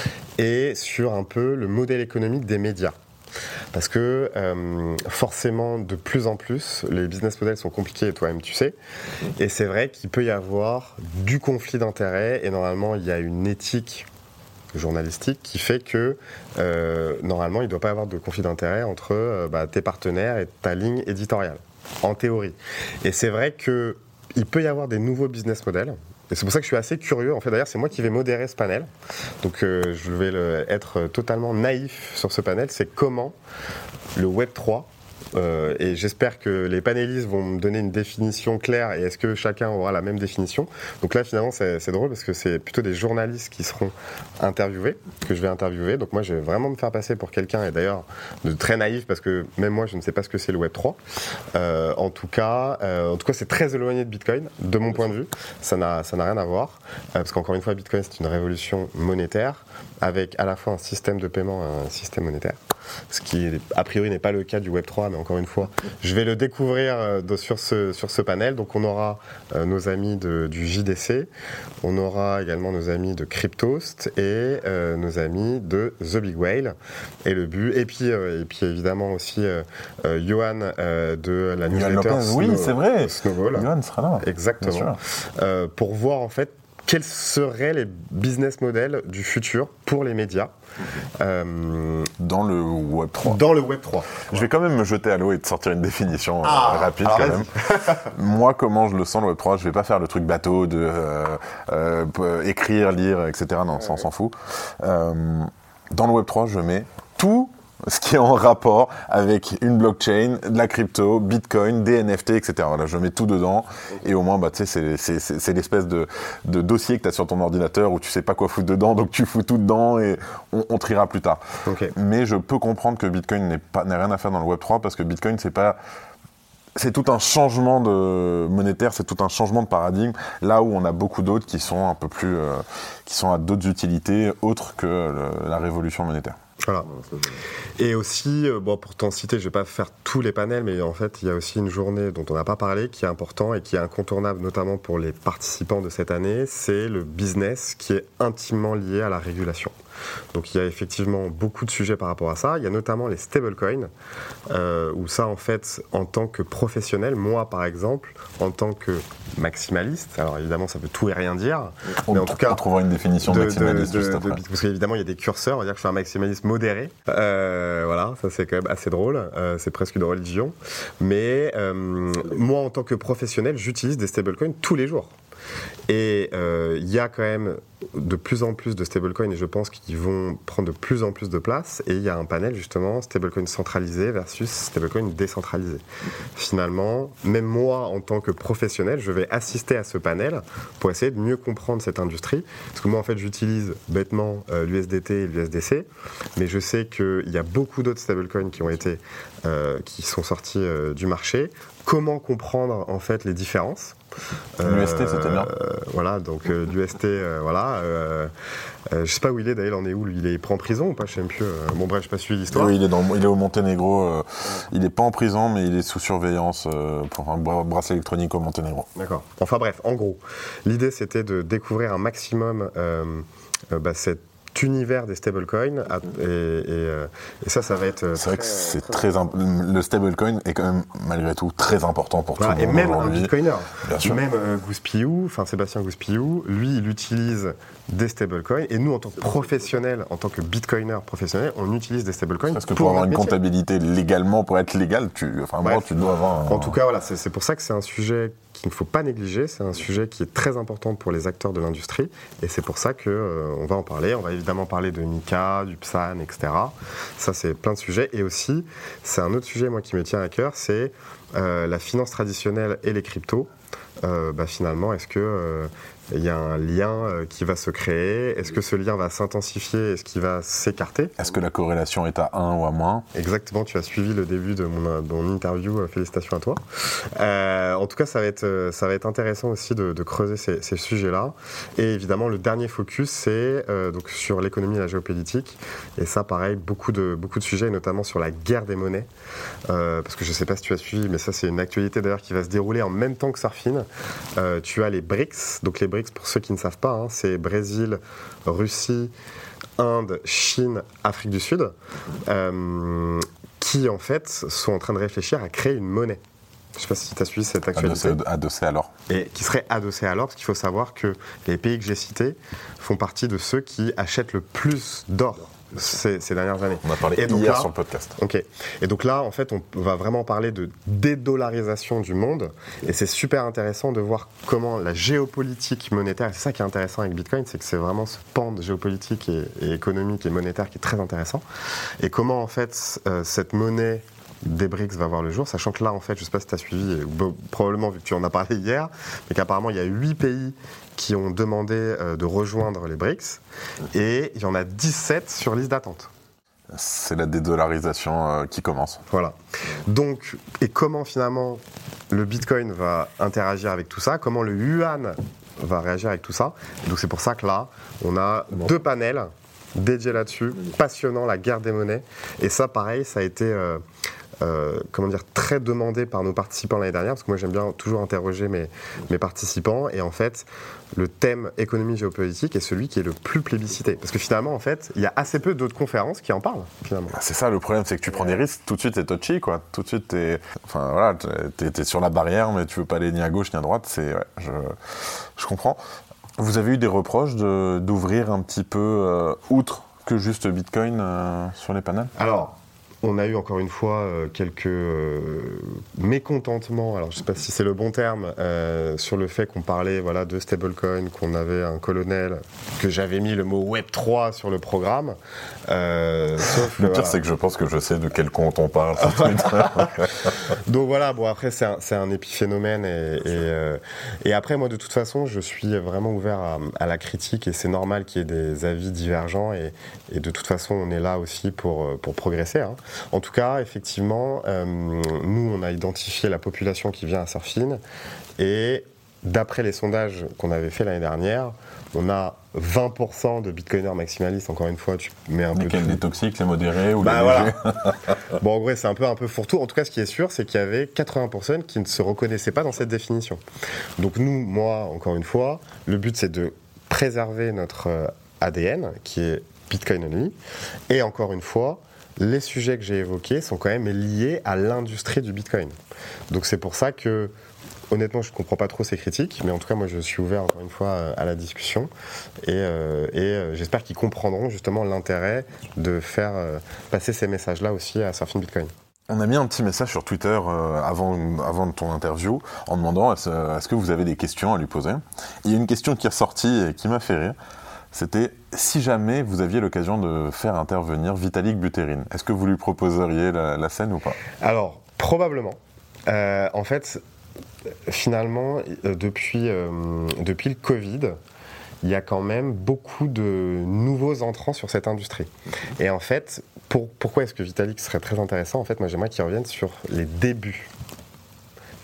et sur un peu le modèle économique des médias. Parce que euh, forcément, de plus en plus, les business models sont compliqués, et toi-même tu sais, et c'est vrai qu'il peut y avoir du conflit d'intérêts, et normalement il y a une éthique journalistique qui fait que euh, normalement il ne doit pas y avoir de conflit d'intérêt entre euh, bah, tes partenaires et ta ligne éditoriale, en théorie. Et c'est vrai qu'il peut y avoir des nouveaux business models, et c'est pour ça que je suis assez curieux. En fait, d'ailleurs, c'est moi qui vais modérer ce panel, donc euh, je vais le, être totalement naïf sur ce panel. C'est comment le Web trois, Euh, et j'espère que les panélistes vont me donner une définition claire, et est-ce que chacun aura la même définition. Donc là finalement c'est, c'est drôle parce que c'est plutôt des journalistes qui seront interviewés, que je vais interviewer. Donc moi je vais vraiment me faire passer pour quelqu'un, et d'ailleurs de très naïf, parce que même moi je ne sais pas ce que c'est le Web trois. Euh, en tout cas, euh, en tout cas c'est très éloigné de Bitcoin de mon point de vue. Ça n'a, ça n'a rien à voir, euh, parce qu'encore une fois Bitcoin c'est une révolution monétaire avec à la fois un système de paiement et un système monétaire, ce qui a priori n'est pas le cas du Web trois, mais encore une fois, je vais le découvrir euh, de, sur, ce, sur ce panel. Donc on aura euh, nos amis de, du J D C, on aura également nos amis de Cryptost et euh, nos amis de The Big Whale. Et le but, et puis, euh, et puis évidemment aussi euh, euh, Johan euh, de la newsletter Snow, oui, c'est vrai. Snowball. Johan sera là. Exactement. Euh, pour voir en fait quels seraient les business models du futur pour les médias euh, dans le Web trois. Dans le Web trois. Je vais quand même me jeter à l'eau et te sortir une définition ah, euh, rapide quand même. Moi, comment je le sens le Web trois, je vais pas faire le truc bateau de euh, euh, écrire, lire, et cetera. Non, ça on s'en fout. Euh, dans le Web trois, je mets tout ce qui est en rapport avec une blockchain, de la crypto, Bitcoin, des N F T, et cetera. Voilà, je mets tout dedans, et au moins, bah, tu sais, c'est, c'est, c'est, c'est l'espèce de, de dossier que tu as sur ton ordinateur où tu sais pas quoi foutre dedans, donc tu fous tout dedans et on, on triera plus tard. Okay. Mais je peux comprendre que Bitcoin n'ait pas, n'ait rien à faire dans le Web trois, parce que Bitcoin, c'est pas... C'est tout un changement de monétaire, c'est tout un changement de paradigme, là où on a beaucoup d'autres qui sont un peu plus, euh, qui sont à d'autres utilités autres que le, la révolution monétaire. Voilà. Et aussi, euh, bon, pour t'en citer, je ne vais pas faire tous les panels, mais en fait, il y a aussi une journée dont on n'a pas parlé, qui est important et qui est incontournable, notamment pour les participants de cette année, c'est le business qui est intimement lié à la régulation. Donc il y a effectivement beaucoup de sujets par rapport à ça. Il y a notamment les stablecoins, euh, où ça, en fait, en tant que professionnel, moi par exemple, en tant que maximaliste, alors évidemment ça veut tout et rien dire, on mais en tout cas... On trouvera une définition de, maximaliste de, de, juste après. De, parce qu'évidemment il y a des curseurs, on va dire que je suis un maximaliste modéré. Euh, voilà, ça c'est quand même assez drôle, euh, c'est presque une religion. Mais euh, moi en tant que professionnel, j'utilise des stablecoins tous les jours. Et il euh, y a quand même de plus en plus de stablecoins, et je pense qu'ils vont prendre de plus en plus de place, et il y a un panel justement stablecoin centralisé versus stablecoin décentralisé. Finalement, même moi en tant que professionnel, je vais assister à ce panel pour essayer de mieux comprendre cette industrie, parce que moi en fait j'utilise bêtement euh, l'U S D T et l'U S D C, mais je sais qu'il y a beaucoup d'autres stablecoins qui ont été euh, qui sont sortis euh, du marché. Comment comprendre en fait les différences? L'U S T, c'était bien. Euh, voilà, donc euh, l'U S T, euh, voilà. Euh, euh, je sais pas où il est d'ailleurs, il en est où lui? Il est en prison ou pas? Je sais même plus. Euh, bon bref, je n'ai pas suivi l'histoire. Oui, il est, dans, il est au Monténégro. Euh, il n'est pas en prison, mais il est sous surveillance euh, pour un bracelet électronique au Monténégro. D'accord. Enfin bref, en gros, l'idée c'était de découvrir un maximum euh, euh, bah, cette univers des stablecoins et, et, euh, et ça, ça va être. C'est vrai que c'est très, très imp... le stablecoin est quand même malgré tout très important pour voilà, tout le monde et même aujourd'hui. un bitcoiner. Bien sûr. Même euh, Gouspillou, enfin Sébastien Gouspillou, lui, il utilise des stablecoins et nous, en tant que professionnels, en tant que bitcoiner professionnel, on utilise des stablecoins. Parce que pour, pour avoir une métier. Comptabilité légalement, pour être légal, tu, enfin, bon, tu dois avoir. Un... En tout cas, voilà, c'est, c'est pour ça que c'est un sujet qu'il ne faut pas négliger. C'est un sujet qui est très important pour les acteurs de l'industrie et c'est pour ça qu'on euh, va en parler. On va évidemment parler de Nika, du P S A N, et cetera. Ça, c'est plein de sujets. Et aussi, c'est un autre sujet, moi, qui me tient à cœur, c'est euh, la finance traditionnelle et les cryptos. Euh, bah, finalement, est-ce que euh, il y a un lien euh, qui va se créer? Est-ce que ce lien va s'intensifier? Est-ce qu'il va s'écarter? Est-ce que la corrélation est à un ou à moins? Exactement, tu as suivi le début de mon, de mon interview, euh, félicitations à toi. Euh, en tout cas, ça va être, ça va être intéressant aussi de, de creuser ces, ces sujets-là. Et évidemment, le dernier focus, c'est euh, donc sur l'économie et la géopolitique. Et ça, pareil, beaucoup de, beaucoup de sujets, notamment sur la guerre des monnaies. Euh, parce que je ne sais pas si tu as suivi, mais ça, c'est une actualité d'ailleurs qui va se dérouler en même temps que Surfin. Euh, tu as les B R I C S, donc les B R I C S, pour ceux qui ne savent pas, hein, c'est Brésil, Russie, Inde, Chine, Afrique du Sud, euh, qui en fait sont en train de réfléchir à créer une monnaie. Je ne sais pas si tu as suivi cette actualité. Adossé, adossé à l'or. Et qui serait adossé à l'or, parce qu'il faut savoir que les pays que j'ai cités font partie de ceux qui achètent le plus d'or. Ces, ces dernières années. On a parlé et donc hier là, sur le podcast. Ok. Et donc là, en fait, on va vraiment parler de dédollarisation du monde. Et c'est super intéressant de voir comment la géopolitique monétaire, c'est ça qui est intéressant avec Bitcoin, c'est que c'est vraiment ce pan de géopolitique et, et économique et monétaire qui est très intéressant. Et comment, en fait, euh, cette monnaie des B R I C S va voir le jour, sachant que là, en fait, je ne sais pas si tu as suivi, bon, probablement vu que tu en as parlé hier, mais qu'apparemment, il y a huit pays qui ont demandé euh, de rejoindre les B R I C S, et il y en a dix-sept sur liste d'attente. C'est la dédollarisation euh, qui commence. Voilà. Donc, et comment finalement le Bitcoin va interagir avec tout ça, comment le yuan va réagir avec tout ça. Et donc c'est pour ça que là, on a bon. deux panels dédiés là-dessus, passionnant, la guerre des monnaies. Et ça, pareil, ça a été... Euh, Euh, comment dire, très demandé par nos participants l'année dernière, parce que moi j'aime bien toujours interroger mes, mes participants, et en fait le thème économie géopolitique est celui qui est le plus plébiscité, parce que finalement en fait il y a assez peu d'autres conférences qui en parlent finalement. C'est ça le problème, c'est que tu prends des risques, tout de suite t'es touchy quoi, tout de suite t'es, enfin voilà, t'es, t'es sur la barrière mais tu veux pas aller ni à gauche ni à droite, c'est, ouais, je, je comprends. Vous avez eu des reproches de, d'ouvrir un petit peu euh, outre que juste Bitcoin euh, sur les panels? Alors on a eu encore une fois euh, quelques euh, mécontentements, alors je ne sais pas si c'est le bon terme, euh, sur le fait qu'on parlait voilà, de stablecoin, qu'on avait un colonel, que j'avais mis le mot web trois sur le programme. Euh, sauf, le pire, voilà. c'est que je pense que je sais de quel compte on parle. Donc voilà, bon après c'est un, c'est un épiphénomène et, et, euh, et après moi de toute façon je suis vraiment ouvert à, à la critique et c'est normal qu'il y ait des avis divergents et, et de toute façon on est là aussi pour, pour progresser. Hein. En tout cas, effectivement, euh, nous, on a identifié la population qui vient à Surfin et d'après les sondages qu'on avait fait l'année dernière, on a vingt pour cent de bitcoiners maximalistes, encore une fois, tu mets un Lesquels, peu de... Les toxiques, les modérés ou bah les voilà. légers. Bon, en vrai, c'est un peu un peu fourre-tout. En tout cas, ce qui est sûr, c'est qu'il y avait quatre-vingts pour cent qui ne se reconnaissaient pas dans cette définition. Donc nous, moi, encore une fois, le but, c'est de préserver notre A D N, qui est Bitcoin only, et encore une fois, les sujets que j'ai évoqués sont quand même liés à l'industrie du Bitcoin. Donc c'est pour ça que, honnêtement, je ne comprends pas trop ces critiques, mais en tout cas, moi, je suis ouvert, encore une fois, à la discussion. Et, euh, et euh, j'espère qu'ils comprendront justement l'intérêt de faire euh, passer ces messages-là aussi à Surfin Bitcoin. On a mis un petit message sur Twitter euh, avant, avant ton interview en demandant est-ce, est-ce que vous avez des questions à lui poser. Il y a une question qui est ressortie et qui m'a fait rire. C'était si jamais vous aviez l'occasion de faire intervenir Vitalik Buterin, est-ce que vous lui proposeriez la, la scène ou pas? Alors, probablement. Euh, en fait, finalement, euh, depuis, euh, depuis le Covid, il y a quand même beaucoup de nouveaux entrants sur cette industrie. Et en fait, pour, pourquoi est-ce que Vitalik serait très intéressant? En fait, moi, j'aimerais qu'il revienne sur les débuts.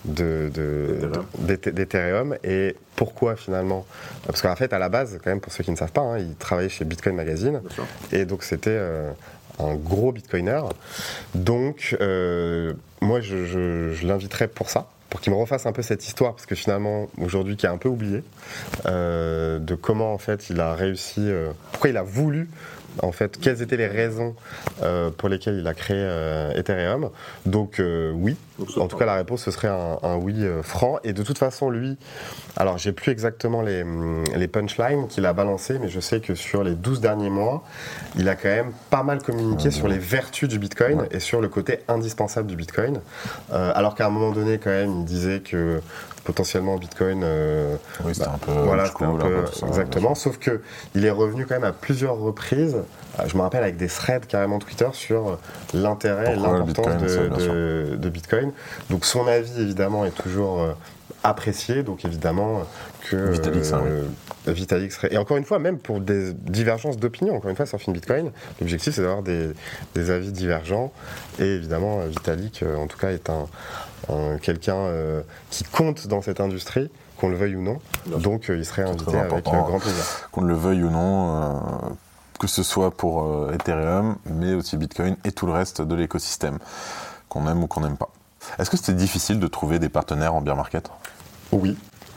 de, de, de, d'Ethereum. Et pourquoi finalement ? Parce qu'en fait, à la base, quand même, pour ceux qui ne savent pas, hein, il travaillait chez Bitcoin Magazine. Et donc, c'était euh, un gros bitcoiner. Donc, euh, moi, je, je, je l'inviterais pour ça, pour qu'il me refasse un peu cette histoire, parce que finalement, aujourd'hui, qui est un peu oublié, euh, de comment, en fait, il a réussi, euh, pourquoi il a voulu, en fait, quelles étaient les raisons euh, pour lesquelles il a créé euh, Ethereum. Donc, euh, oui. Donc, en tout cas, la réponse, ce serait un, un oui euh, franc. Et de toute façon, lui, alors, j'ai plus exactement les, les punchlines qu'il a balancées, mais je sais que sur les douze derniers mois, il a quand même pas mal communiqué mmh. sur les vertus du Bitcoin ouais. et sur le côté indispensable du Bitcoin. Euh, alors qu'à un moment donné, quand même, il disait que potentiellement Bitcoin euh, oui c'était bah, un peu voilà c'était un peu ça, exactement sauf que il est revenu quand même à plusieurs reprises, je me rappelle avec des threads carrément Twitter sur l'intérêt Pourquoi et l'importance Bitcoin, de, ça, de, de Bitcoin. Donc son avis évidemment est toujours euh, apprécié, donc évidemment que Vitalik, ça, euh, oui. Vitalik serait... Et encore une fois, même pour des divergences d'opinion, encore une fois, sur Fin Bitcoin, l'objectif c'est d'avoir des, des avis divergents. Et évidemment, Vitalik, euh, en tout cas, est un, un quelqu'un euh, qui compte dans cette industrie, qu'on le veuille ou non. Bien Donc, euh, il serait invité avec euh, grand plaisir. Qu'on le veuille ou non, euh, que ce soit pour euh, Ethereum, mais aussi Bitcoin et tout le reste de l'écosystème, qu'on aime ou qu'on n'aime pas. Est-ce que c'était difficile de trouver des partenaires en bear market ? Oui.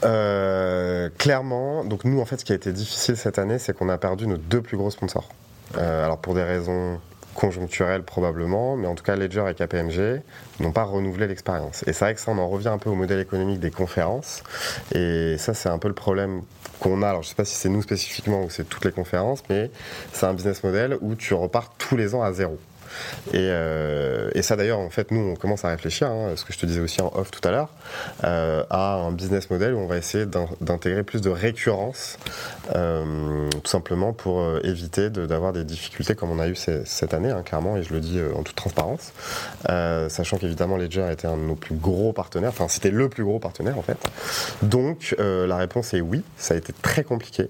Euh, clairement, donc nous en fait ce qui a été difficile cette année, c'est qu'on a perdu nos deux plus gros sponsors. Euh, alors pour des raisons conjoncturelles probablement, mais en tout cas Ledger et K P M G n'ont pas renouvelé l'expérience. Et c'est vrai que ça on en revient un peu au modèle économique des conférences, et ça c'est un peu le problème qu'on a. Alors je sais pas si c'est nous spécifiquement ou c'est toutes les conférences, mais c'est un business model où tu repars tous les ans à zéro. Et, euh, et ça d'ailleurs en fait nous on commence à réfléchir, hein, ce que je te disais aussi en off tout à l'heure, euh, à un business model où on va essayer d'in- d'intégrer plus de récurrence, euh, tout simplement pour euh, éviter de, d'avoir des difficultés comme on a eu ces, cette année, hein, clairement, et je le dis euh, en toute transparence, euh, sachant qu'évidemment Ledger était un de nos plus gros partenaires, enfin c'était le plus gros partenaire en fait. Donc euh, la réponse est oui, ça a été très compliqué.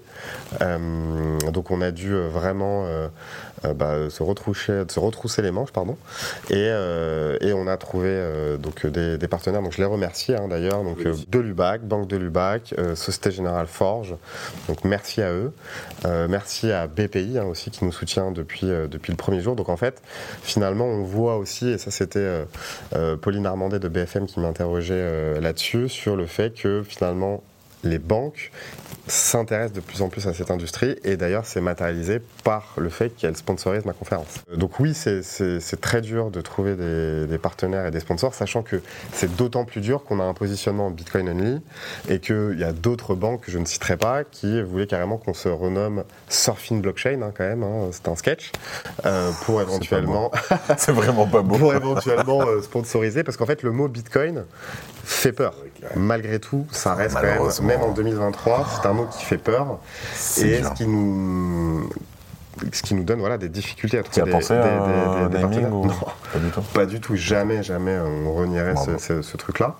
Euh, donc on a dû euh, vraiment euh, euh, bah, se retrousser, se retrousser les manches, pardon, et, euh, et on a trouvé euh, donc des, des partenaires. Donc je les remercie hein, d'ailleurs. Donc oui. euh, de Lubac, Banque de Lubac, euh, Société Générale Forge. Donc merci à eux. Euh, merci à B P I hein, aussi qui nous soutient depuis euh, depuis le premier jour. Donc en fait, finalement, on voit aussi, et ça c'était euh, euh, Pauline Armandet de B F M qui m'interrogeait euh, là-dessus sur le fait que finalement les banques s'intéressent de plus en plus à cette industrie, et d'ailleurs c'est matérialisé par le fait qu'elles sponsorisent ma conférence. Donc oui, c'est, c'est, c'est très dur de trouver des, des partenaires et des sponsors, sachant que c'est d'autant plus dur qu'on a un positionnement en Bitcoin only, et qu'il y a d'autres banques que je ne citerai pas qui voulaient carrément qu'on se renomme Surfing Blockchain, hein, quand même, hein, c'est un sketch, euh, pour éventuellement... C'est, c'est vraiment pas beau. Pour éventuellement euh, sponsoriser, parce qu'en fait le mot Bitcoin fait peur. Malgré tout, ça reste quand même, même en deux mille vingt-trois, c'est un mot qui fait peur, c'est et dur. ce qui nous, ce qui nous donne voilà des difficultés à trouver des, pensé des, à des, des, des ou... Non, pas du tout. Pas du tout, jamais, jamais on renierait ce, ce, ce truc-là.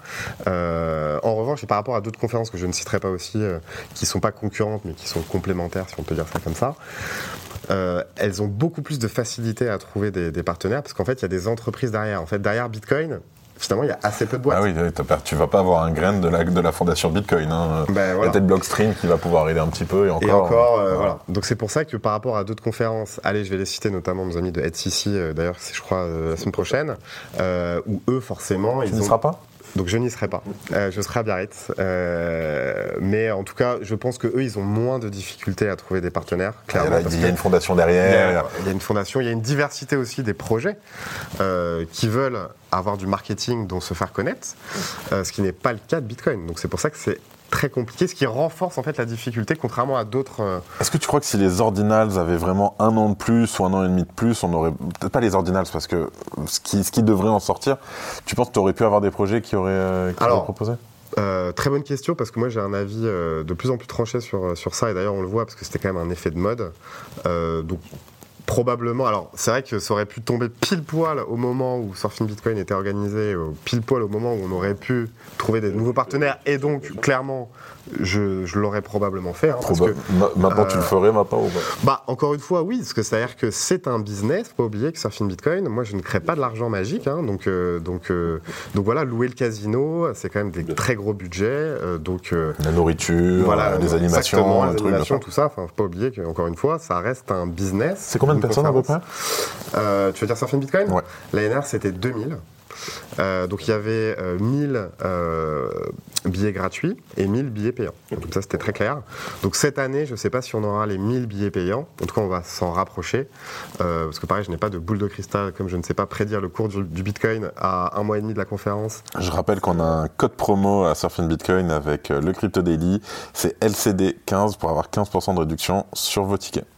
Euh, en revanche, et par rapport à d'autres conférences que je ne citerai pas aussi, euh, qui sont pas concurrentes mais qui sont complémentaires, si on peut dire ça comme ça. Euh, elles ont beaucoup plus de facilité à trouver des, des partenaires parce qu'en fait, il y a des entreprises derrière. En fait, derrière Bitcoin. Finalement, il y a assez peu de boîtes. Ah oui, tu vas pas avoir un grain de la, de la fondation Bitcoin. Hein. Ben, voilà. Il y a peut-être Blockstream qui va pouvoir aider un petit peu et encore. Et encore, euh, voilà. voilà. Donc c'est pour ça que par rapport à d'autres conférences, allez, je vais les citer notamment nos amis de H C C, euh, d'ailleurs, c'est je crois euh, la semaine prochaine, euh, où eux forcément, tu ils n'y ont... seras pas. Donc je n'y serai pas. Euh, je serai à Biarritz. Euh, mais en tout cas, je pense qu'eux, ils ont moins de difficultés à trouver des partenaires. Clairement, il y a une fondation derrière. Il y a, il y a une fondation, il y a une diversité aussi des projets euh, qui veulent avoir du marketing dont se faire connaître, euh, ce qui n'est pas le cas de Bitcoin. Donc c'est pour ça que c'est très compliqué, ce qui renforce en fait la difficulté contrairement à d'autres... Euh... Est-ce que tu crois que si les ordinals avaient vraiment un an de plus ou un an et demi de plus, on aurait... Peut-être pas les ordinals, parce que ce qui, ce qui devrait en sortir, tu penses que tu aurais pu avoir des projets qui auraient, euh, qui Alors, auraient proposé euh, très bonne question, parce que moi j'ai un avis euh, de plus en plus tranché sur, sur ça, et d'ailleurs on le voit parce que c'était quand même un effet de mode. Euh, donc Probablement. Alors, c'est vrai que ça aurait pu tomber pile poil au moment où Surfing Bitcoin était organisé, pile poil au moment où on aurait pu trouver des nouveaux partenaires. Et donc, clairement, je, je l'aurais probablement fait. Hein, parce Proba- que, Ma- maintenant, euh, tu le ferais, maintenant ou pas? Bah, encore une fois, oui, parce que c'est-à-dire que c'est un business. Faut pas oublier que Surfing Bitcoin, moi, je ne crée pas de l'argent magique. Hein, donc, euh, donc, euh, donc voilà, louer le casino, c'est quand même des très gros budgets. Euh, donc, euh, La nourriture, voilà, les animations, exactement, les les trucs. animations, machin. tout ça. Enfin, faut pas oublier qu'encore une fois, ça reste un business. C'est combien de Une personnes à peu conférence. près? Euh, tu veux dire Surfing Bitcoin? Ouais. L'A N R, c'était deux mille. Euh, donc il y avait euh, mille euh, billets gratuits et mille billets payants. Donc ça c'était très clair. Donc cette année, je ne sais pas si on aura les mille billets payants. En tout cas, on va s'en rapprocher. Euh, parce que pareil, je n'ai pas de boule de cristal, comme je ne sais pas prédire le cours du, du Bitcoin à un mois et demi de la conférence. Je rappelle qu'on a un code promo à Surfing Bitcoin avec euh, le Crypto Daily. C'est L C D quinze pour avoir quinze pour cent de réduction sur vos tickets.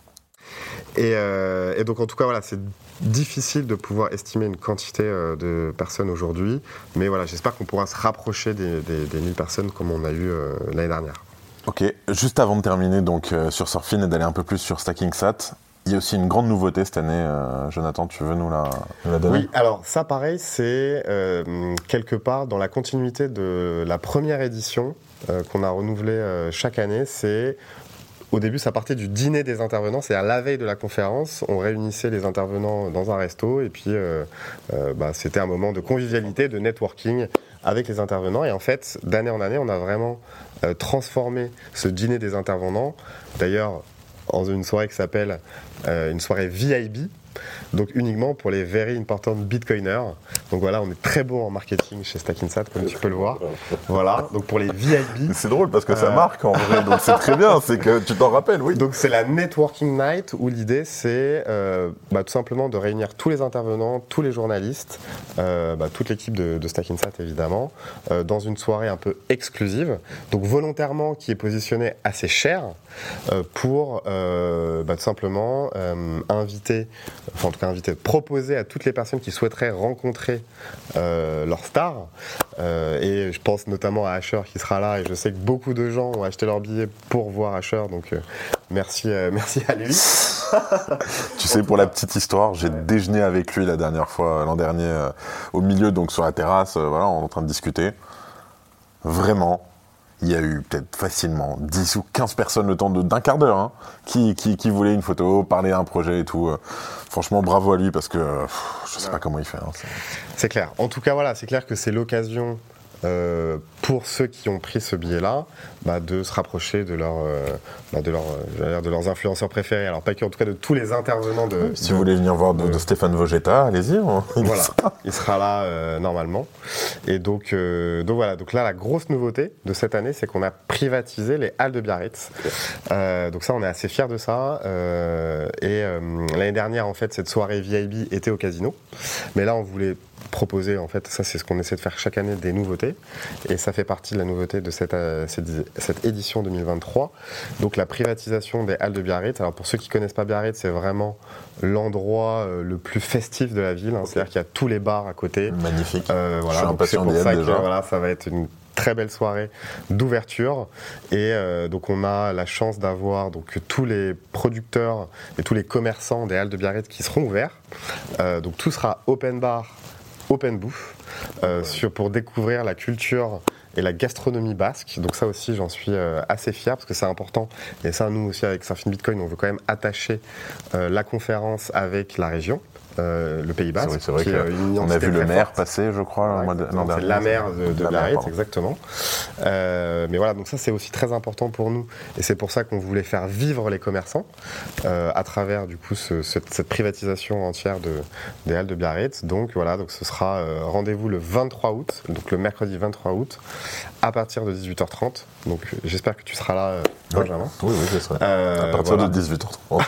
Et, euh, et donc en tout cas, voilà, c'est difficile de pouvoir estimer une quantité euh, de personnes aujourd'hui. Mais voilà, j'espère qu'on pourra se rapprocher des, des, des mille personnes comme on a eu euh, l'année dernière. Ok, juste avant de terminer donc euh, sur Surfing et d'aller un peu plus sur Stacking Sat, il y a aussi une grande nouveauté cette année. euh, Jonathan, tu veux nous la, nous la donner? Oui, alors ça pareil, c'est euh, quelque part dans la continuité de la première édition euh, qu'on a renouvelée euh, chaque année. C'est Au début, ça partait du dîner des intervenants, c'est-à-dire la veille de la conférence, on réunissait les intervenants dans un resto et puis euh, euh, bah, c'était un moment de convivialité, de networking avec les intervenants. Et en fait, d'année en année, on a vraiment euh, transformé ce dîner des intervenants, d'ailleurs en une soirée qui s'appelle euh, une soirée V I B, donc uniquement pour les very important bitcoiners. Donc voilà, on est très bon en marketing chez Stacking Sat, comme tu peux le voir. Voilà, donc pour les V I B. C'est drôle parce que ça Euh. marque en vrai, donc c'est très bien, c'est que tu t'en rappelles, oui. Donc c'est la networking night où l'idée c'est euh, bah, tout simplement de réunir tous les intervenants, tous les journalistes, euh, bah, toute l'équipe de, de Stacking Sat évidemment, euh, dans une soirée un peu exclusive, donc volontairement qui est positionnée assez cher euh, pour euh, bah, tout simplement euh, inviter, enfin en tout cas inviter, proposer à toutes les personnes qui souhaiteraient rencontrer euh, leur star. Euh, et je pense notamment à Asher qui sera là, et je sais que beaucoup de gens ont acheté leur billet pour voir Asher, donc euh, merci, euh, merci à lui. Tu sais, pour la petite histoire, j'ai déjeuné avec lui la dernière fois, l'an dernier, euh, au milieu, donc sur la terrasse, euh, voilà, on est en train de discuter. Vraiment, il y a eu peut-être facilement dix ou quinze personnes le temps de, d'un quart d'heure hein, qui, qui, qui voulaient une photo, parler à un projet et tout. Euh, franchement, bravo à lui parce que euh, pff, je sais pas comment il fait. Hein, c'est... c'est clair. En tout cas, voilà, c'est clair que c'est l'occasion euh, pour ceux qui ont pris ce billet-là bah, de se rapprocher de, leur, euh, bah, de, leur, euh, de leurs influenceurs préférés. Alors, pas que, en tout cas, de tous les intervenants de. Si de, vous voulez venir voir de, de, de Stéphane Vogetta, allez-y. On, il voilà, sera. il sera là euh, normalement. Et donc, euh, donc voilà. Donc là, la grosse nouveauté de cette année, c'est qu'on a privatisé les halles de Biarritz. Euh, donc ça, on est assez fiers de ça. Euh, et euh, l'année dernière, en fait, cette soirée V I B était au casino. Mais là, on voulait proposer, en fait, ça c'est ce qu'on essaie de faire chaque année, des nouveautés, et ça fait partie de la nouveauté de cette, euh, cette, cette édition deux mille vingt-trois, donc la privatisation des halles de Biarritz. Alors pour ceux qui ne connaissent pas Biarritz, c'est vraiment l'endroit euh, le plus festif de la ville, hein, okay. C'est-à-dire qu'il y a tous les bars à côté. Magnifique. Euh, voilà, je suis impatient d'y être déjà. Que, voilà, ça va être une très belle soirée d'ouverture, et euh, donc on a la chance d'avoir donc tous les producteurs et tous les commerçants des halles de Biarritz qui seront ouverts, euh, donc tout sera open bar, open bouffe, euh, sur, pour découvrir la culture et la gastronomie basque. Donc ça aussi, j'en suis euh, assez fier parce que c'est important. Et ça, nous aussi, avec Surfing Bitcoin, on veut quand même attacher euh, la conférence avec la région. Euh, le Pays Basque. C'est vrai, c'est vrai qu'on a vu le maire passer, je crois, ouais, l'an dernier. C'est la maire de, de Biarritz, exactement. Euh, mais voilà, donc ça c'est aussi très important pour nous, et c'est pour ça qu'on voulait faire vivre les commerçants euh, à travers du coup ce, cette, cette privatisation entière de, des halles de Biarritz. Donc voilà, donc ce sera euh, rendez-vous le vingt-trois août, donc le mercredi vingt-trois août, à partir de dix-huit heures trente. Donc j'espère que tu seras là, euh, Benjamin. Oui, oui, je serai. Euh, à partir voilà. de dix-huit heures trente.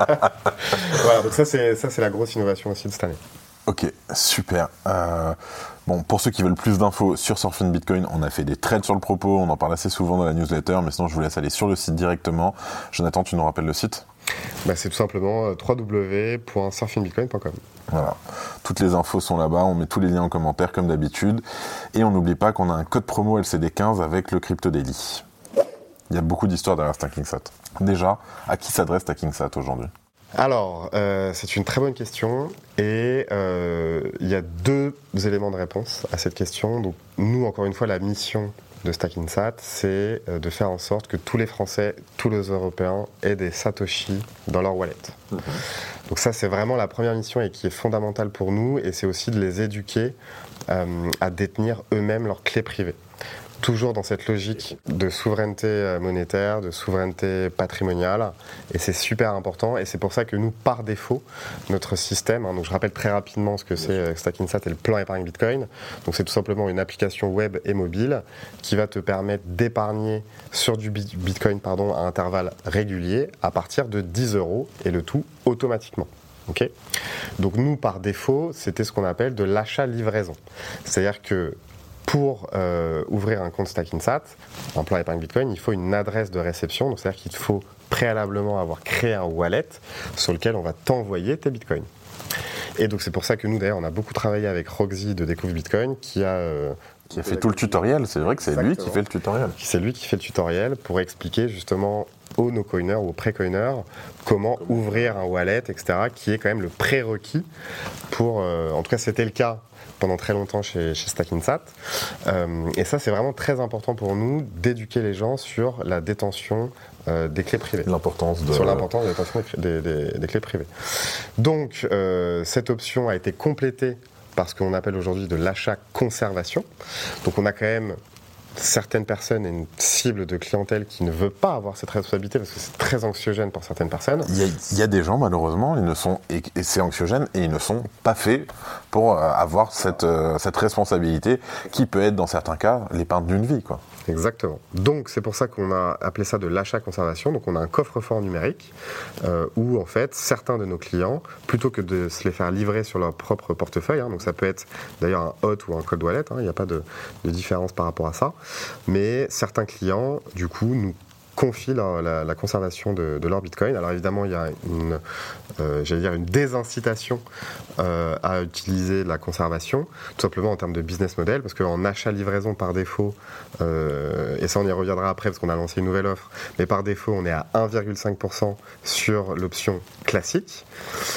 Voilà, donc ça c'est ça c'est la grosse innovation aussi de cette année. Ok, super. Euh, bon, pour ceux qui veulent plus d'infos sur Surfing Bitcoin, on a fait des threads sur le propos, on en parle assez souvent dans la newsletter, mais sinon je vous laisse aller sur le site directement. Jonathan, tu nous rappelles le site ? Bah, c'est tout simplement w w w point surfing bitcoin point com. Voilà, toutes les infos sont là-bas, on met tous les liens en commentaire comme d'habitude, et on n'oublie pas qu'on a un code promo L C D quinze avec le Crypto Daily. Il y a beaucoup d'histoires derrière Stacking Sat. Déjà, à qui s'adresse Stacking Sat aujourd'hui ? Alors, euh, c'est une très bonne question et euh, il y a deux éléments de réponse à cette question. Donc, nous, encore une fois, la mission de StackingSat, c'est de faire en sorte que tous les Français, tous les Européens aient des Satoshi dans leur wallet. Mmh. Donc ça, c'est vraiment la première mission et qui est fondamentale pour nous, et c'est aussi de les éduquer euh, à détenir eux-mêmes leurs clés privées. Toujours dans cette logique de souveraineté monétaire, de souveraineté patrimoniale, et c'est super important, et c'est pour ça que nous, par défaut, notre système, hein, donc je rappelle très rapidement ce que c'est StackingSat et le plan épargne Bitcoin, donc c'est tout simplement une application web et mobile qui va te permettre d'épargner sur du Bitcoin pardon, à intervalles réguliers à partir de dix euros, et le tout automatiquement. Okay. Donc nous, par défaut, c'était ce qu'on appelle de l'achat-livraison, c'est-à-dire que pour euh, ouvrir un compte StackingSat, un plan épargne Bitcoin, il faut une adresse de réception. Donc c'est-à-dire qu'il faut préalablement avoir créé un wallet sur lequel on va t'envoyer tes Bitcoins. Et donc c'est pour ça que nous, d'ailleurs, on a beaucoup travaillé avec Roxy de Découvre Bitcoin, qui a... Euh, qui a fait tout le tutoriel. C'est vrai que c'est Exactement. lui qui fait le tutoriel. C'est lui qui fait le tutoriel pour expliquer justement aux no-coiners ou aux pré-coiners comment ouvrir un wallet, et cetera, qui est quand même le prérequis pour... Euh, en tout cas, c'était le cas pendant très longtemps chez, chez StackingSat. Euh, et ça, c'est vraiment très important pour nous d'éduquer les gens sur la détention euh, des clés privées. L'importance de... Sur l'importance de la détention des, des, des clés privées. Donc, euh, cette option a été complétée par ce qu'on appelle aujourd'hui de l'achat-conservation. Donc, on a quand même certaines personnes et une cible de clientèle qui ne veut pas avoir cette responsabilité parce que c'est très anxiogène pour certaines personnes. Il y a, il y a des gens, malheureusement, ils ne sont, et, et c'est anxiogène et ils ne sont pas faits pour euh, avoir cette, euh, cette responsabilité qui peut être, dans certains cas, l'épargne d'une vie, quoi. Exactement. Donc, c'est pour ça qu'on a appelé ça de l'achat-conservation. Donc, on a un coffre-fort numérique euh, où, en fait, certains de nos clients, plutôt que de se les faire livrer sur leur propre portefeuille, hein, donc ça peut être d'ailleurs un hot ou un cold wallet, il hein, n'y a pas de, de différence par rapport à ça, mais certains clients, du coup, nous confient la, la, la conservation de, de leur Bitcoin. Alors évidemment, il y a une, euh, j'allais dire une désincitation euh, à utiliser la conservation, tout simplement en termes de business model, parce qu'en achat-livraison par défaut, euh, et ça on y reviendra après parce qu'on a lancé une nouvelle offre, mais par défaut on est à un virgule cinq pour cent sur l'option classique,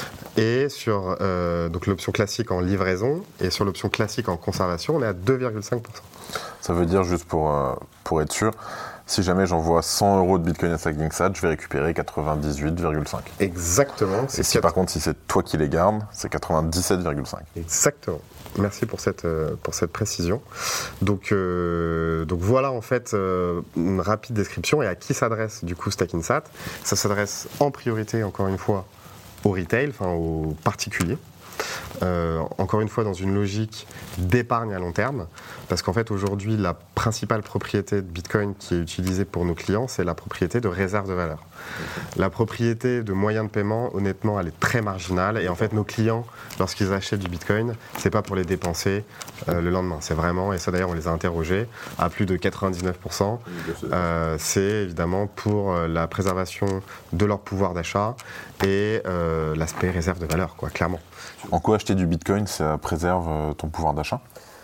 et sur euh, donc l'option classique en livraison, et sur l'option classique en conservation, on est à deux virgule cinq pour cent. Ça veut dire, juste pour, euh, pour être sûr, si jamais j'envoie cent euros de Bitcoin à StackingSat, je vais récupérer quatre-vingt-dix-huit virgule cinq. Exactement. Et si quatre... par contre, si c'est toi qui les gardes, c'est quatre-vingt-dix-sept virgule cinq. Exactement. Merci pour cette, euh, pour cette précision. Donc, euh, donc voilà en fait euh, une rapide description. Et à qui s'adresse du coup StackingSat ? Ça s'adresse en priorité, encore une fois, au retail, enfin aux particuliers. Euh, encore une fois dans une logique d'épargne à long terme, parce qu'en fait aujourd'hui la principale propriété de Bitcoin qui est utilisée pour nos clients, c'est la propriété de réserve de valeur. La propriété de moyen de paiement, honnêtement, elle est très marginale, et en fait nos clients, lorsqu'ils achètent du Bitcoin, c'est pas pour les dépenser euh, le lendemain, c'est vraiment, et ça d'ailleurs on les a interrogés, à plus de quatre-vingt-dix-neuf pour cent, euh, c'est évidemment pour euh, la préservation de leur pouvoir d'achat et euh, l'aspect réserve de valeur, quoi, clairement. En quoi acheter du Bitcoin, ça préserve euh, ton pouvoir d'achat ?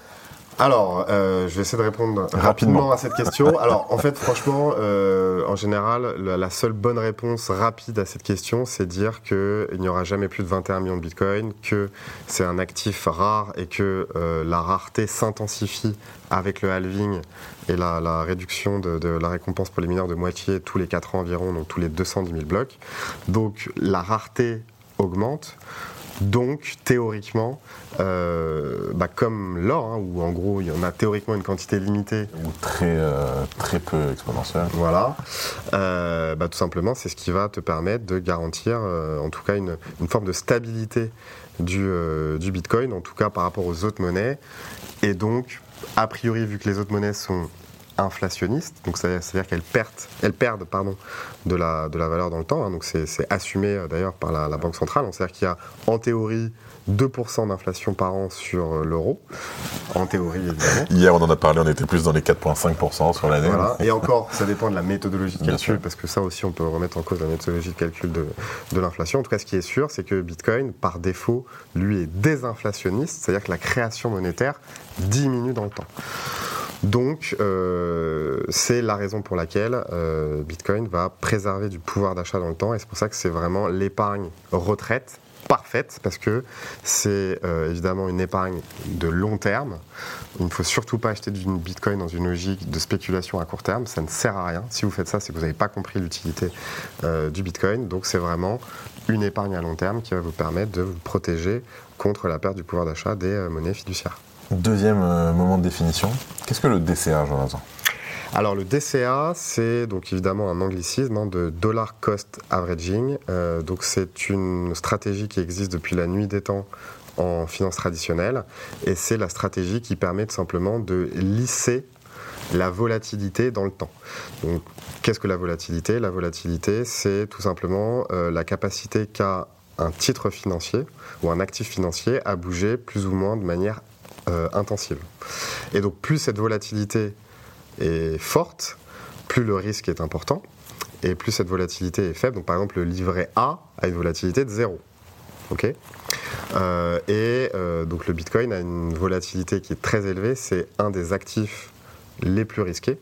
Alors, euh, je vais essayer de répondre rapidement, rapidement à cette question. Alors, en fait, franchement, euh, en général, la, la seule bonne réponse rapide à cette question, c'est dire qu'il n'y aura jamais plus de vingt et un millions de Bitcoin, que c'est un actif rare et que euh, la rareté s'intensifie avec le halving et la, la réduction de, de la récompense pour les mineurs de moitié tous les quatre ans environ, donc tous les deux cent dix mille blocs. Donc, la rareté augmente. Donc, théoriquement, euh, bah, comme l'or, hein, où en gros il y en a théoriquement une quantité limitée. Ou très, euh, très peu exponentielle. Voilà. Euh, bah, tout simplement, c'est ce qui va te permettre de garantir, euh, en tout cas, une, une forme de stabilité du, euh, du Bitcoin, en tout cas par rapport aux autres monnaies. Et donc, a priori, vu que les autres monnaies sont inflationnistes, donc c'est-à-dire qu'elles perdent, elles perdent pardon, de, la, de la valeur dans le temps, hein, donc c'est, c'est assumé d'ailleurs par la, la Banque centrale, c'est-à-dire qu'il y a en théorie deux pour cent d'inflation par an sur l'euro, en théorie évidemment. Hier on en a parlé, on était plus dans les quatre virgule cinq pour cent sur l'année. Voilà. Et encore, ça dépend de la méthodologie de calcul, parce que ça aussi on peut remettre en cause la méthodologie de calcul de, de l'inflation. En tout cas, ce qui est sûr, c'est que Bitcoin, par défaut, lui est désinflationniste, c'est-à-dire que la création monétaire diminue dans le temps. Donc, euh, c'est la raison pour laquelle euh, Bitcoin va préserver du pouvoir d'achat dans le temps, et c'est pour ça que c'est vraiment l'épargne retraite parfaite, parce que c'est euh, évidemment une épargne de long terme. Il ne faut surtout pas acheter du Bitcoin dans une logique de spéculation à court terme, ça ne sert à rien. Si vous faites ça, c'est que vous n'avez pas compris l'utilité euh, du Bitcoin. Donc c'est vraiment une épargne à long terme qui va vous permettre de vous protéger contre la perte du pouvoir d'achat des euh, monnaies fiduciaires. Deuxième euh, moment de définition, qu'est-ce que le D C A, Jonathan ? Alors le D C A, c'est donc évidemment un anglicisme hein, de Dollar Cost Averaging. Euh, donc c'est une stratégie qui existe depuis la nuit des temps en finance traditionnelle, et c'est la stratégie qui permet tout simplement de lisser la volatilité dans le temps. Donc qu'est-ce que la volatilité ? La volatilité, c'est tout simplement euh, la capacité qu'a un titre financier ou un actif financier à bouger plus ou moins de manière euh, intensive. Et donc plus cette volatilité est forte, plus le risque est important, et plus cette volatilité est faible. Donc par exemple, le livret A a une volatilité de zéro. Okay euh, et euh, donc le Bitcoin a une volatilité qui est très élevée, c'est un des actifs les plus risqués.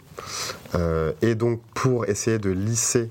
Euh, et donc pour essayer de lisser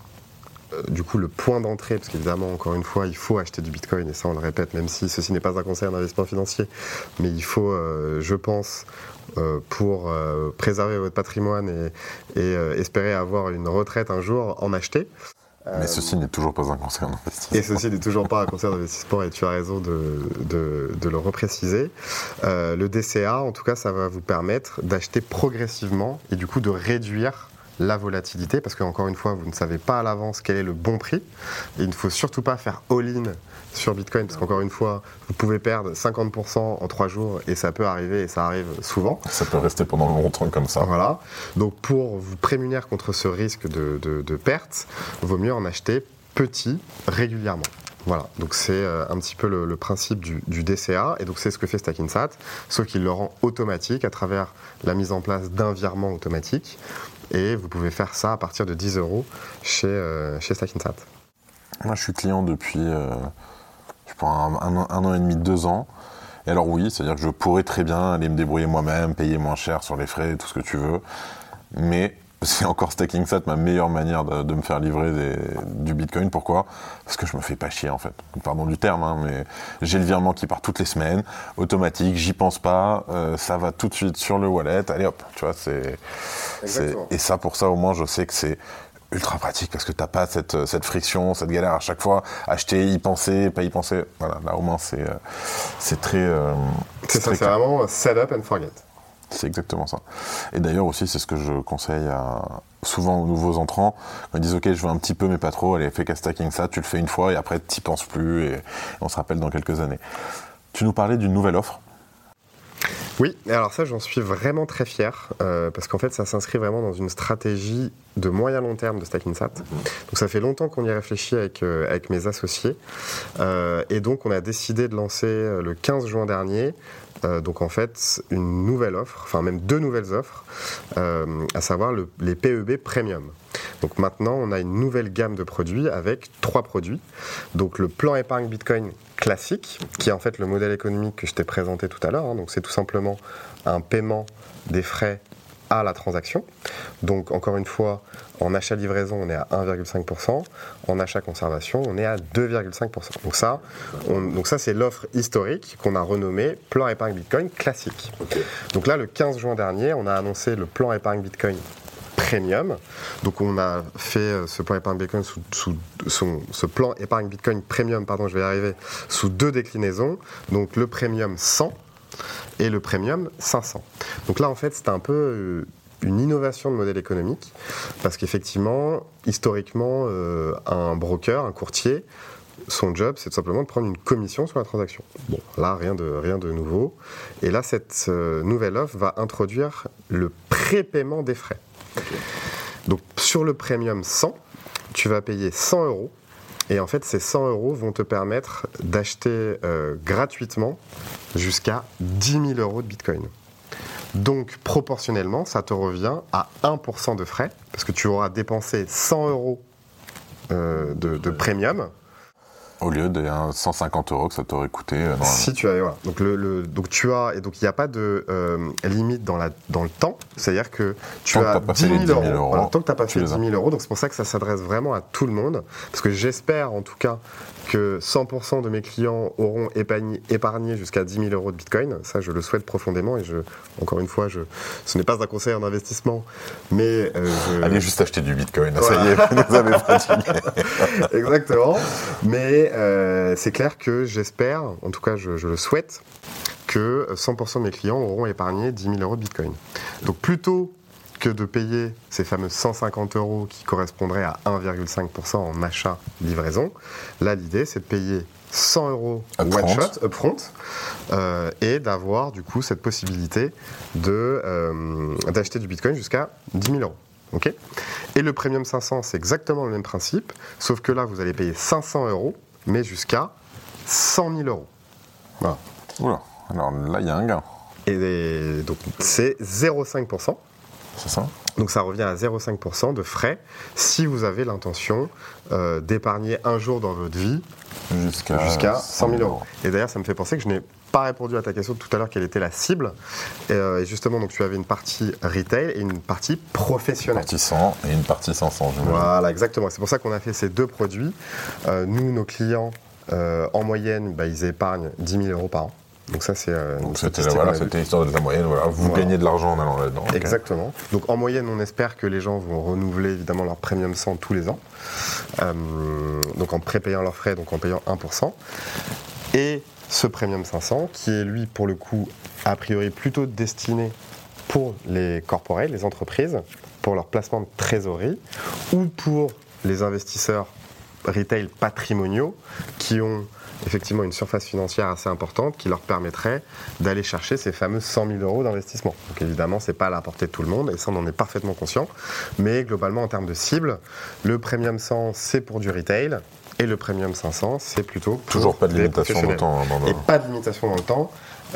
euh, du coup le point d'entrée, parce qu'évidemment encore une fois il faut acheter du Bitcoin, et ça on le répète, même si ceci n'est pas un conseil en investissement financier, mais il faut, euh, je pense, Euh, pour euh, préserver votre patrimoine et, et euh, espérer avoir une retraite un jour, en acheter. Mais euh, ceci n'est toujours pas un conseil en investissement. Et ceci n'est toujours pas un conseil d'investissement, et tu as raison de, de, de le repréciser. Euh, le D C A, en tout cas, ça va vous permettre d'acheter progressivement et du coup de réduire la volatilité, parce qu'encore une fois, vous ne savez pas à l'avance quel est le bon prix, et il ne faut surtout pas faire all-in sur Bitcoin, parce qu'encore une fois, vous pouvez perdre cinquante pour cent en trois jours, et ça peut arriver, et ça arrive souvent. Ça peut rester pendant longtemps comme ça. Voilà. Donc pour vous prémunir contre ce risque de, de, de perte, il vaut mieux en acheter petit, régulièrement. Voilà, donc c'est euh, un petit peu le, le principe du, du D C A, et donc c'est ce que fait Stackinsat, sauf qu'il le rend automatique à travers la mise en place d'un virement automatique, et vous pouvez faire ça à partir de dix euros chez, euh, chez Stackinsat. Moi je suis client depuis euh, je pense un, un, un an et demi, deux ans, et alors oui, c'est-à-dire que je pourrais très bien aller me débrouiller moi-même, payer moins cher sur les frais, tout ce que tu veux, mais c'est encore Stackinsat ma meilleure manière de, de me faire livrer des, du Bitcoin. Pourquoi ? Parce que je me fais pas chier en fait. Pardon du terme, hein, mais j'ai le virement qui part toutes les semaines, automatique, j'y pense pas, euh, ça va tout de suite sur le wallet, allez hop, tu vois, c'est, c'est... Et ça, pour ça, au moins, je sais que c'est ultra pratique, parce que t'as pas cette, cette friction, cette galère à chaque fois, acheter, y penser, pas y penser. Voilà, là au moins, c'est, c'est très... Euh, c'est, c'est ça, c'est vraiment set up and forget. C'est exactement ça. Et d'ailleurs aussi, c'est ce que je conseille à, souvent aux nouveaux entrants. Quand ils disent « Ok, je veux un petit peu, mais pas trop », allez, fais qu'à Stackinsat, tu le fais une fois et après, tu n'y penses plus et on se rappelle dans quelques années. Tu nous parlais d'une nouvelle offre ? Oui, alors ça, j'en suis vraiment très fier, euh, parce qu'en fait, ça s'inscrit vraiment dans une stratégie de moyen long terme de Stackinsat. Donc ça fait longtemps qu'on y réfléchit avec, euh, avec mes associés, euh, et donc on a décidé de lancer euh, le quinze juin dernier, euh, donc en fait, une nouvelle offre, enfin même deux nouvelles offres, euh, à savoir le, les P E B Premium. Donc maintenant, on a une nouvelle gamme de produits avec trois produits. Donc le plan épargne Bitcoin classique, qui est en fait le modèle économique que je t'ai présenté tout à l'heure. Hein. Donc c'est tout simplement un paiement des frais à la transaction. Donc encore une fois, en achat-livraison, on est à un virgule cinq pour cent. En achat-conservation, on est à deux virgule cinq pour cent. Donc ça, on, donc ça c'est l'offre historique qu'on a renommée plan épargne Bitcoin classique. Donc là, le quinze juin dernier, on a annoncé le plan épargne Bitcoin Premium. Donc on a fait ce plan épargne Bitcoin sous, sous son, ce plan épargne Bitcoin Premium, pardon, je vais y arriver, sous deux déclinaisons. Donc le Premium cent et le Premium cinq cents. Donc là en fait c'était un peu une innovation de modèle économique, parce qu'effectivement historiquement euh, un broker, un courtier, son job, c'est tout simplement de prendre une commission sur la transaction. Bon, là, rien de, rien de nouveau. Et là, cette euh, nouvelle offre va introduire le prépaiement des frais. Okay. Donc, sur le Premium cent, tu vas payer cent euros. Et en fait, ces cent euros vont te permettre d'acheter euh, gratuitement jusqu'à dix mille euros de Bitcoin. Donc, proportionnellement, ça te revient à un pour cent de frais, parce que tu auras dépensé cent euros euh, de, de Premium. Au lieu des hein, cent cinquante euros que ça t'aurait coûté. Euh, si tu as, voilà. Donc, le, le, donc tu as, et donc il n'y a pas de euh, limite dans, la, dans le temps. C'est-à-dire que tu tant as que dix mille euros. euros Voilà, tant que tu n'as pas fait dix mille euros. Donc c'est pour ça que ça s'adresse vraiment à tout le monde. Parce que j'espère en tout cas que cent pour cent de mes clients auront épargné, épargné jusqu'à dix mille euros de Bitcoin. Ça, je le souhaite profondément. Et je, encore une fois, je, ce n'est pas un conseil en investissement. Mais euh, je... Allez juste acheter du Bitcoin. Voilà. Ça y est, vous nous avez fatigué. Exactement. Mais euh, c'est clair que j'espère, en tout cas je, je le souhaite, que cent pour cent de mes clients auront épargné dix mille euros de Bitcoin. Donc plutôt que de payer ces fameux cent cinquante euros qui correspondraient à un virgule cinq pour cent en achat livraison, là l'idée c'est de payer cent euros one shot, upfront, euh, et d'avoir du coup cette possibilité de, euh, d'acheter du Bitcoin jusqu'à dix mille euros. Okay, et le Premium cinq cents, c'est exactement le même principe, sauf que là, vous allez payer cinq cents euros, mais jusqu'à cent mille euros. Voilà. Oula, alors là, il y a un gain. Et donc, c'est zéro virgule cinq pour cent. C'est ça. Donc, ça revient à zéro virgule cinq pour cent de frais si vous avez l'intention euh, d'épargner un jour dans votre vie jusqu'à, jusqu'à cent mille euros. Et d'ailleurs, ça me fait penser que je n'ai pas répondu à ta question de tout à l'heure, quelle était la cible. Et, euh, et justement, donc, tu avais une partie retail et une partie professionnelle. Une partie cent et une partie cinq cents. Voilà, exactement. C'est pour ça qu'on a fait ces deux produits. Euh, nous, nos clients, euh, en moyenne, bah, ils épargnent dix mille euros par an. Donc ça, c'est... Euh, donc c'était, voilà, c'était l'histoire de la moyenne. Voilà. Vous voilà. gagnez de l'argent en allant là-dedans. Exactement. Okay. Donc en moyenne, on espère que les gens vont renouveler évidemment leur Premium cent tous les ans. Euh, donc en prépayant leurs frais, donc en payant un pour cent. Et ce Premium cinq cents, qui est lui, pour le coup, a priori plutôt destiné pour les corporates, les entreprises, pour leur placement de trésorerie, ou pour les investisseurs retail patrimoniaux qui ont effectivement une surface financière assez importante qui leur permettrait d'aller chercher ces fameux cent mille euros d'investissement. Donc évidemment, ce n'est pas à la portée de tout le monde, et ça, on en est parfaitement conscient. Mais globalement, en termes de cible, le Premium cent, c'est pour du retail, et le Premium cinq cents, c'est plutôt pour toujours pas de limitation dans le temps. Dans le... Et pas de limitation dans le temps.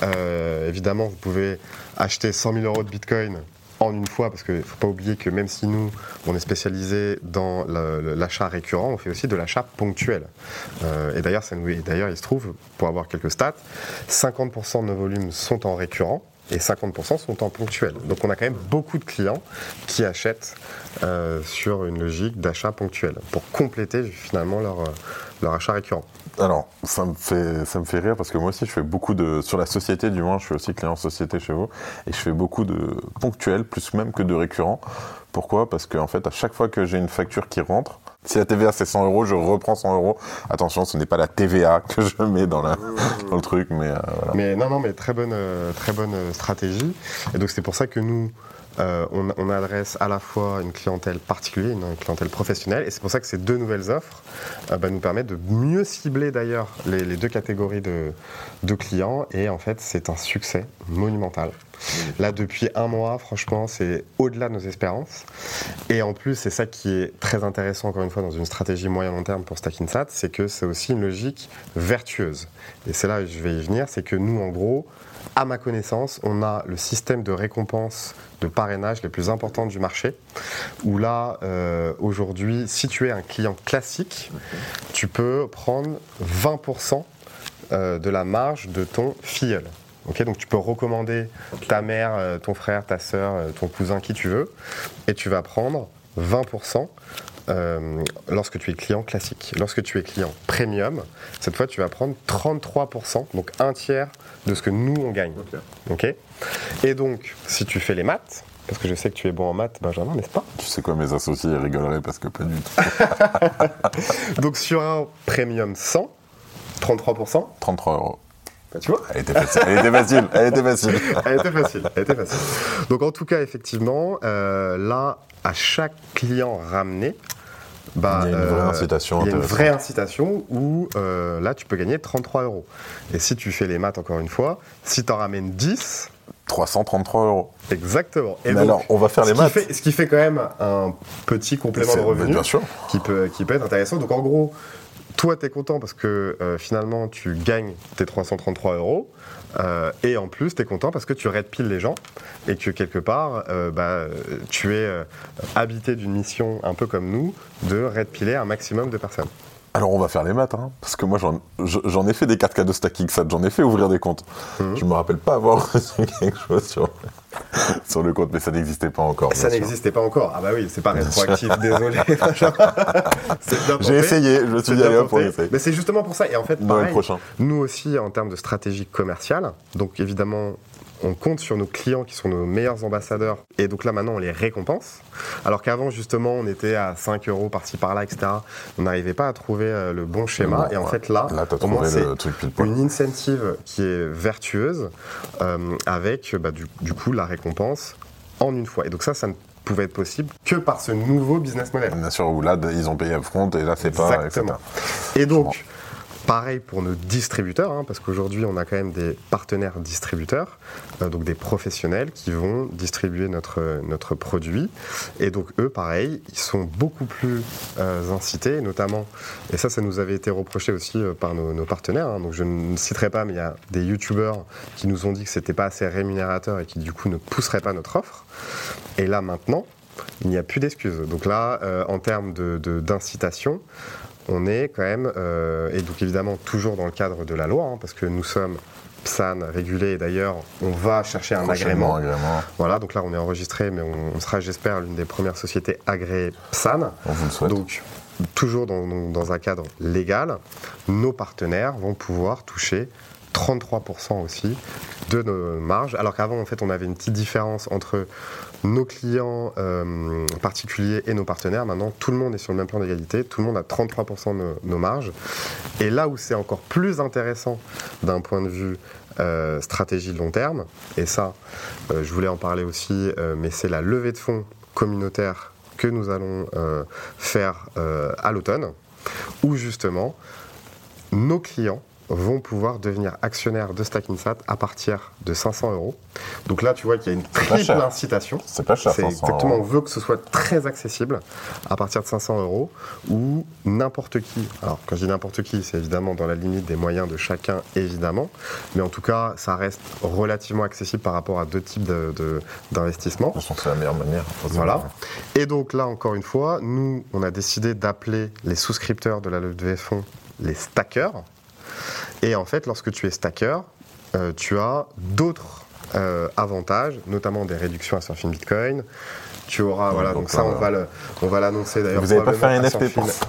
Euh, évidemment, vous pouvez acheter cent mille euros de Bitcoin en une fois, parce qu'il ne faut pas oublier que même si nous, on est spécialisé dans le, l'achat récurrent, on fait aussi de l'achat ponctuel. Euh, et d'ailleurs, ça nous, et d'ailleurs, il se trouve, pour avoir quelques stats, cinquante pour cent de nos volumes sont en récurrent et cinquante pour cent sont en ponctuel. Donc on a quand même beaucoup de clients qui achètent euh, sur une logique d'achat ponctuel pour compléter finalement leur, leur achat récurrent. Alors, ça me fait, ça me fait rire parce que moi aussi, je fais beaucoup de... Sur la société, du moins, je suis aussi client société chez vous. Et je fais beaucoup de ponctuels, plus même que de récurrents. Pourquoi ? Parce qu'en fait, à chaque fois que j'ai une facture qui rentre, si la T V A c'est cent euros, je reprends cent euros. Attention, ce n'est pas la T V A que je mets dans, la, dans le truc, mais euh, voilà. Mais non, non, mais très bonne, euh, très bonne stratégie. Et donc, c'est pour ça que nous... Euh, on, on adresse à la fois une clientèle particulière, une clientèle professionnelle, et c'est pour ça que ces deux nouvelles offres euh, bah, nous permettent de mieux cibler d'ailleurs les, les deux catégories de, de clients, et en fait c'est un succès monumental. Là depuis un mois, franchement, c'est au-delà de nos espérances, et en plus c'est ça qui est très intéressant encore une fois dans une stratégie moyen long terme pour Stackinsat, c'est que c'est aussi une logique vertueuse, et c'est là que je vais y venir, c'est que nous en gros, à ma connaissance, on a le système de récompense de parrainage les plus importants du marché, où là, euh, aujourd'hui, si tu es un client classique, tu peux prendre vingt pour cent euh, de la marge de ton filleul. Okay, donc tu peux recommander ta mère, euh, ton frère, ta sœur, euh, ton cousin, qui tu veux, et tu vas prendre vingt pour cent Euh, lorsque tu es client classique. Lorsque tu es client premium, cette fois tu vas prendre trente-trois pour cent, donc un tiers de ce que nous on gagne. Okay. Okay, et donc, si tu fais les maths, parce que je sais que tu es bon en maths, Benjamin, n'est-ce pas ? Tu sais quoi, mes associés rigoleraient parce que pas du tout. Donc sur un premium cent, trente-trois pour cent trente-trois euros. Bah, tu vois, elle était facile, elle était facile, elle était facile. elle était facile, elle était facile. Donc en tout cas, effectivement, euh, là, à chaque client ramené, bah, il y a une vraie euh, incitation. Il y a une vraie incitation où euh, là, tu peux gagner trente-trois euros. Et si tu fais les maths encore une fois, si tu en ramènes dix... trois cent trente-trois euros. Exactement. Et donc, alors, on va faire les ce maths. Qui fait, ce qui fait quand même un petit complément de revenu bien sûr. Qui, peut, qui peut être intéressant. Donc en gros, toi, tu es content parce que euh, finalement, tu gagnes tes trois cent trente-trois euros. Euh, et en plus, tu es content parce que tu red piles les gens et que quelque part, euh, bah, tu es euh, habité d'une mission un peu comme nous de red piler un maximum de personnes. Alors on va faire les maths, hein, parce que moi j'en, j'en ai fait des cartes cadeaux stacking sat, j'en ai fait ouvrir des comptes. Mmh. Je me rappelle pas avoir reçu quelque chose sur, sur le compte, mais ça n'existait pas encore. Ça n'existait pas encore. Ah bah oui, c'est pas rétroactif, désolé. J'ai essayé, je me suis dit allez hop, on essaye. Mais c'est justement pour ça. Et en fait, pareil, nous aussi en termes de stratégie commerciale, donc évidemment. On compte sur nos clients qui sont nos meilleurs ambassadeurs et donc là maintenant on les récompense. Alors qu'avant justement on était à cinq euros par-ci par-là, et cetera. On n'arrivait pas à trouver euh, le bon schéma bon, et en ouais. fait là, là au moins c'est une incentive qui est vertueuse euh, avec bah, du, du coup la récompense en une fois. Et donc ça, ça ne pouvait être possible que par ce nouveau business model. Bien sûr, où là ils ont payé upfront et là c'est pas... Exactement. Et, et donc... Pareil pour nos distributeurs, hein, parce qu'aujourd'hui on a quand même des partenaires distributeurs, euh, donc des professionnels qui vont distribuer notre, notre produit. Et donc eux, pareil, ils sont beaucoup plus euh, incités, notamment, et ça, ça nous avait été reproché aussi euh, par nos, nos partenaires, hein, donc je ne citerai pas, mais il y a des youtubeurs qui nous ont dit que c'était pas assez rémunérateur et qui du coup ne pousseraient pas notre offre. Et là maintenant, il n'y a plus d'excuses. Donc là, euh, en termes de, de, d'incitation, on est quand même, euh, et donc évidemment toujours dans le cadre de la loi, hein, parce que nous sommes P S A N régulés, et d'ailleurs on va chercher un agrément. agrément. Voilà, donc là on est enregistré, mais on, on sera, j'espère, l'une des premières sociétés agréées P S A N. On vous le souhaite. Donc toujours dans, dans un cadre légal, nos partenaires vont pouvoir toucher trente-trois pour cent aussi de nos marges, alors qu'avant en fait on avait une petite différence entre nos clients euh, particuliers et nos partenaires. Maintenant tout le monde est sur le même plan d'égalité, tout le monde a trente-trois pour cent de nos, nos marges, et là où c'est encore plus intéressant d'un point de vue euh, stratégie de long terme, et ça euh, je voulais en parler aussi, euh, mais c'est la levée de fonds communautaire que nous allons euh, faire euh, à l'automne, où justement nos clients vont pouvoir devenir actionnaires de StackingSat à partir de cinq cents euros. Donc là, tu vois qu'il y a une triple incitation. C'est pas cher. C'est exactement, on veut que ce soit très accessible à partir de cinq cents euros, où n'importe qui, alors quand je dis n'importe qui, c'est évidemment dans la limite des moyens de chacun, évidemment, mais en tout cas, ça reste relativement accessible par rapport à deux types de, de, d'investissements. Je pense que c'est la meilleure manière. Voilà. Et donc là, encore une fois, nous, on a décidé d'appeler les souscripteurs de la levée de fonds les stackers. Et en fait, lorsque tu es stacker, euh, tu as d'autres euh, avantages, notamment des réductions à Surfin Bitcoin. Tu auras, ouais, voilà, donc, donc ça, euh, on va, le, on va l'annoncer d'ailleurs. Vous n'avez pas fait un N F T pour ça?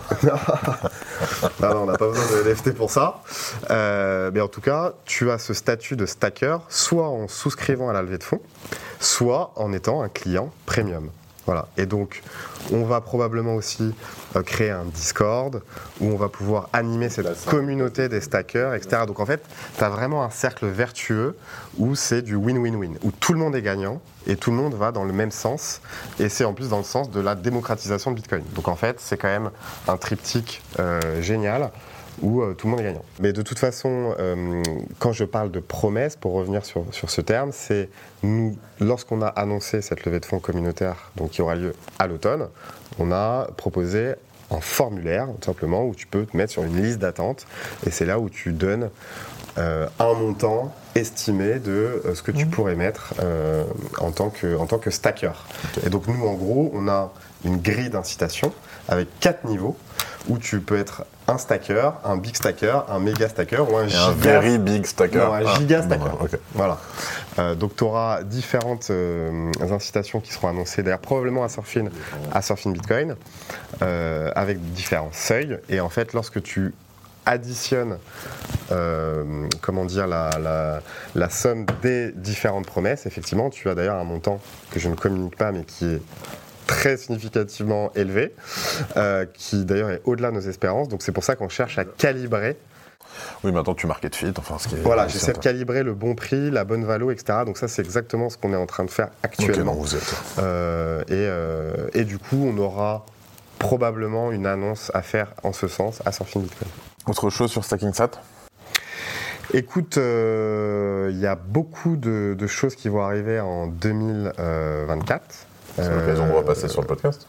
Non, non, on n'a pas besoin de N F T pour ça. Euh, mais en tout cas, tu as ce statut de stacker, soit en souscrivant à la levée de fonds, soit en étant un client premium. Voilà. Et donc, on va probablement aussi euh, créer un Discord où on va pouvoir animer cette communauté des stackers, et cetera. Donc en fait, tu as vraiment un cercle vertueux où c'est du win-win-win, où tout le monde est gagnant et tout le monde va dans le même sens. Et c'est en plus dans le sens de la démocratisation de Bitcoin. Donc en fait, c'est quand même un triptyque euh, génial où euh, tout le monde est gagnant. Mais de toute façon, euh, quand je parle de promesse, pour revenir sur, sur ce terme, c'est nous, lorsqu'on a annoncé cette levée de fonds communautaire, donc qui aura lieu à l'automne, on a proposé un formulaire, tout simplement, où tu peux te mettre sur une liste d'attente, et c'est là où tu donnes euh, un montant estimé de euh, ce que tu mmh. pourrais mettre euh, en, tant que, en tant que stacker. Okay. Et donc nous, en gros, on a une grille d'incitation avec quatre niveaux, où tu peux être un stacker, un big stacker, un méga stacker ou un giga... Un very big stacker. Non, un ah, giga stacker. Non, okay. Voilà. Euh, donc tu auras différentes euh, incitations qui seront annoncées, d'ailleurs probablement à Surfin, à Surfin Bitcoin, euh, avec différents seuils. Et en fait, lorsque tu additionnes euh, comment dire, la, la, la somme des différentes promesses, effectivement, tu as d'ailleurs un montant que je ne communique pas, mais qui est très significativement élevé, euh, qui d'ailleurs est au-delà de nos espérances. Donc c'est pour ça qu'on cherche à calibrer. Oui, maintenant tu market fit. Enfin, ce qui est voilà, j'essaie de calibrer le bon prix, la bonne valo, et cetera. Donc ça, c'est exactement ce qu'on est en train de faire actuellement. Okay, non, vous êtes. Euh, et, euh, et du coup, on aura probablement une annonce à faire en ce sens à Surfin Bitcoin. Autre chose sur StackingSat ? Écoute, il euh, y a beaucoup de, de choses qui vont arriver en deux mille vingt-quatre. C'est l'occasion de repasser euh, sur le podcast.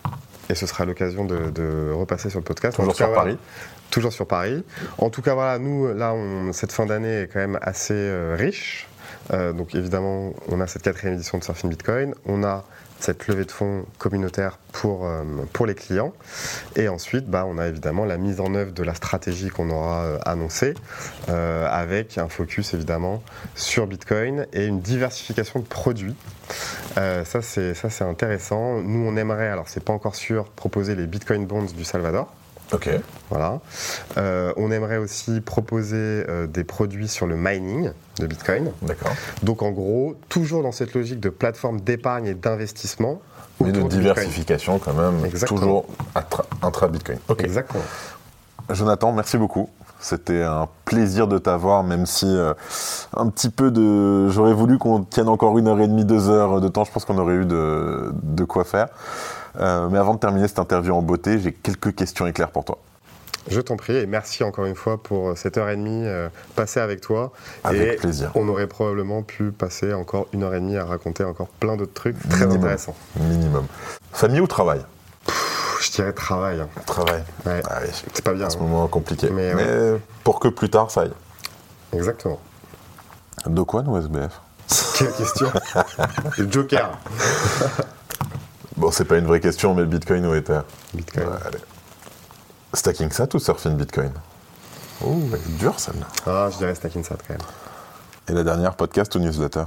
et ce sera l'occasion de, de repasser sur le podcast. Toujours sur cas, Paris. Voilà, toujours sur Paris. En tout cas, voilà, nous, là, on, cette fin d'année est quand même assez euh, riche. Euh, donc évidemment, on a cette quatrième édition de Surfing Bitcoin. On a cette levée de fonds communautaire pour, euh, pour les clients. Et ensuite, bah, on a évidemment la mise en œuvre de la stratégie qu'on aura euh, annoncée, euh, avec un focus évidemment sur Bitcoin et une diversification de produits. Euh, ça, c'est, ça, c'est intéressant. Nous, on aimerait, alors c'est pas encore sûr, proposer les Bitcoin Bonds du Salvador. Ok. Voilà. Euh, on aimerait aussi proposer euh, des produits sur le mining de Bitcoin. D'accord. Donc en gros, toujours dans cette logique de plateforme d'épargne et d'investissement. Mais de diversification quand même, Exactement. toujours intra- intra-Bitcoin. Ok. Exactement. Jonathan, merci beaucoup. C'était un plaisir de t'avoir, même si euh, un petit peu de... J'aurais voulu qu'on tienne encore une heure et demie, deux heures de temps. Je pense qu'on aurait eu de, de quoi faire. Euh, mais avant de terminer cette interview en beauté, j'ai quelques questions éclairs pour toi. Je t'en prie et merci encore une fois pour cette heure et demie euh, passée avec toi. Avec et plaisir. On aurait probablement pu passer encore une heure et demie à raconter encore plein d'autres trucs très Minimum. intéressants. Minimum. Famille ou travail? Pff, je dirais travail. Hein. Travail. Ouais. Ah oui. C'est pas bien. À ce hein. moment compliqué. Mais, Mais ouais. pour que plus tard, ça aille. Exactement. De quoi nous S B F? Quelle question. Le Joker. Bon, c'est pas une vraie question, mais Bitcoin ou Ether? Bitcoin. Ouais, allez. Stacking Sat ou Surfing Bitcoin? Oh, elle est dure celle-là. Ah, je dirais Stacking Sat quand même. Et la dernière, podcast ou newsletter?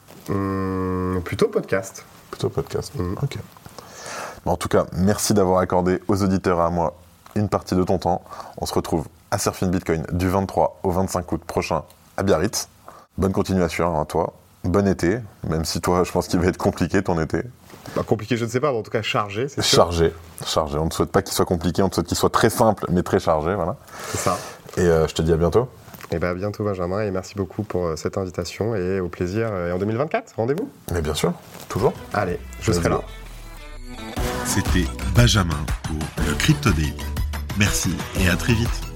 Hum, plutôt podcast. Plutôt podcast. Mm. Ok. Bon, en tout cas, merci d'avoir accordé aux auditeurs et à moi une partie de ton temps. On se retrouve à Surfing Bitcoin du vingt-trois au vingt-cinq août prochain à Biarritz. Bonne continuation à toi. Bon été, même si toi, je pense qu'il va être compliqué ton été. Bah, compliqué, je ne sais pas, mais en tout cas chargé, c'est sûr. Chargé, chargé. On ne souhaite pas qu'il soit compliqué, on te souhaite qu'il soit très simple, mais très chargé, voilà. C'est ça. Et euh, je te dis à bientôt. Et bien, à bientôt, Benjamin, et merci beaucoup pour euh, cette invitation et au plaisir. Euh, et en deux mille vingt-quatre, rendez-vous. Mais bien sûr, toujours. Allez, je Let's serai go. là. C'était Benjamin pour le Crypto Daily. Merci et à très vite.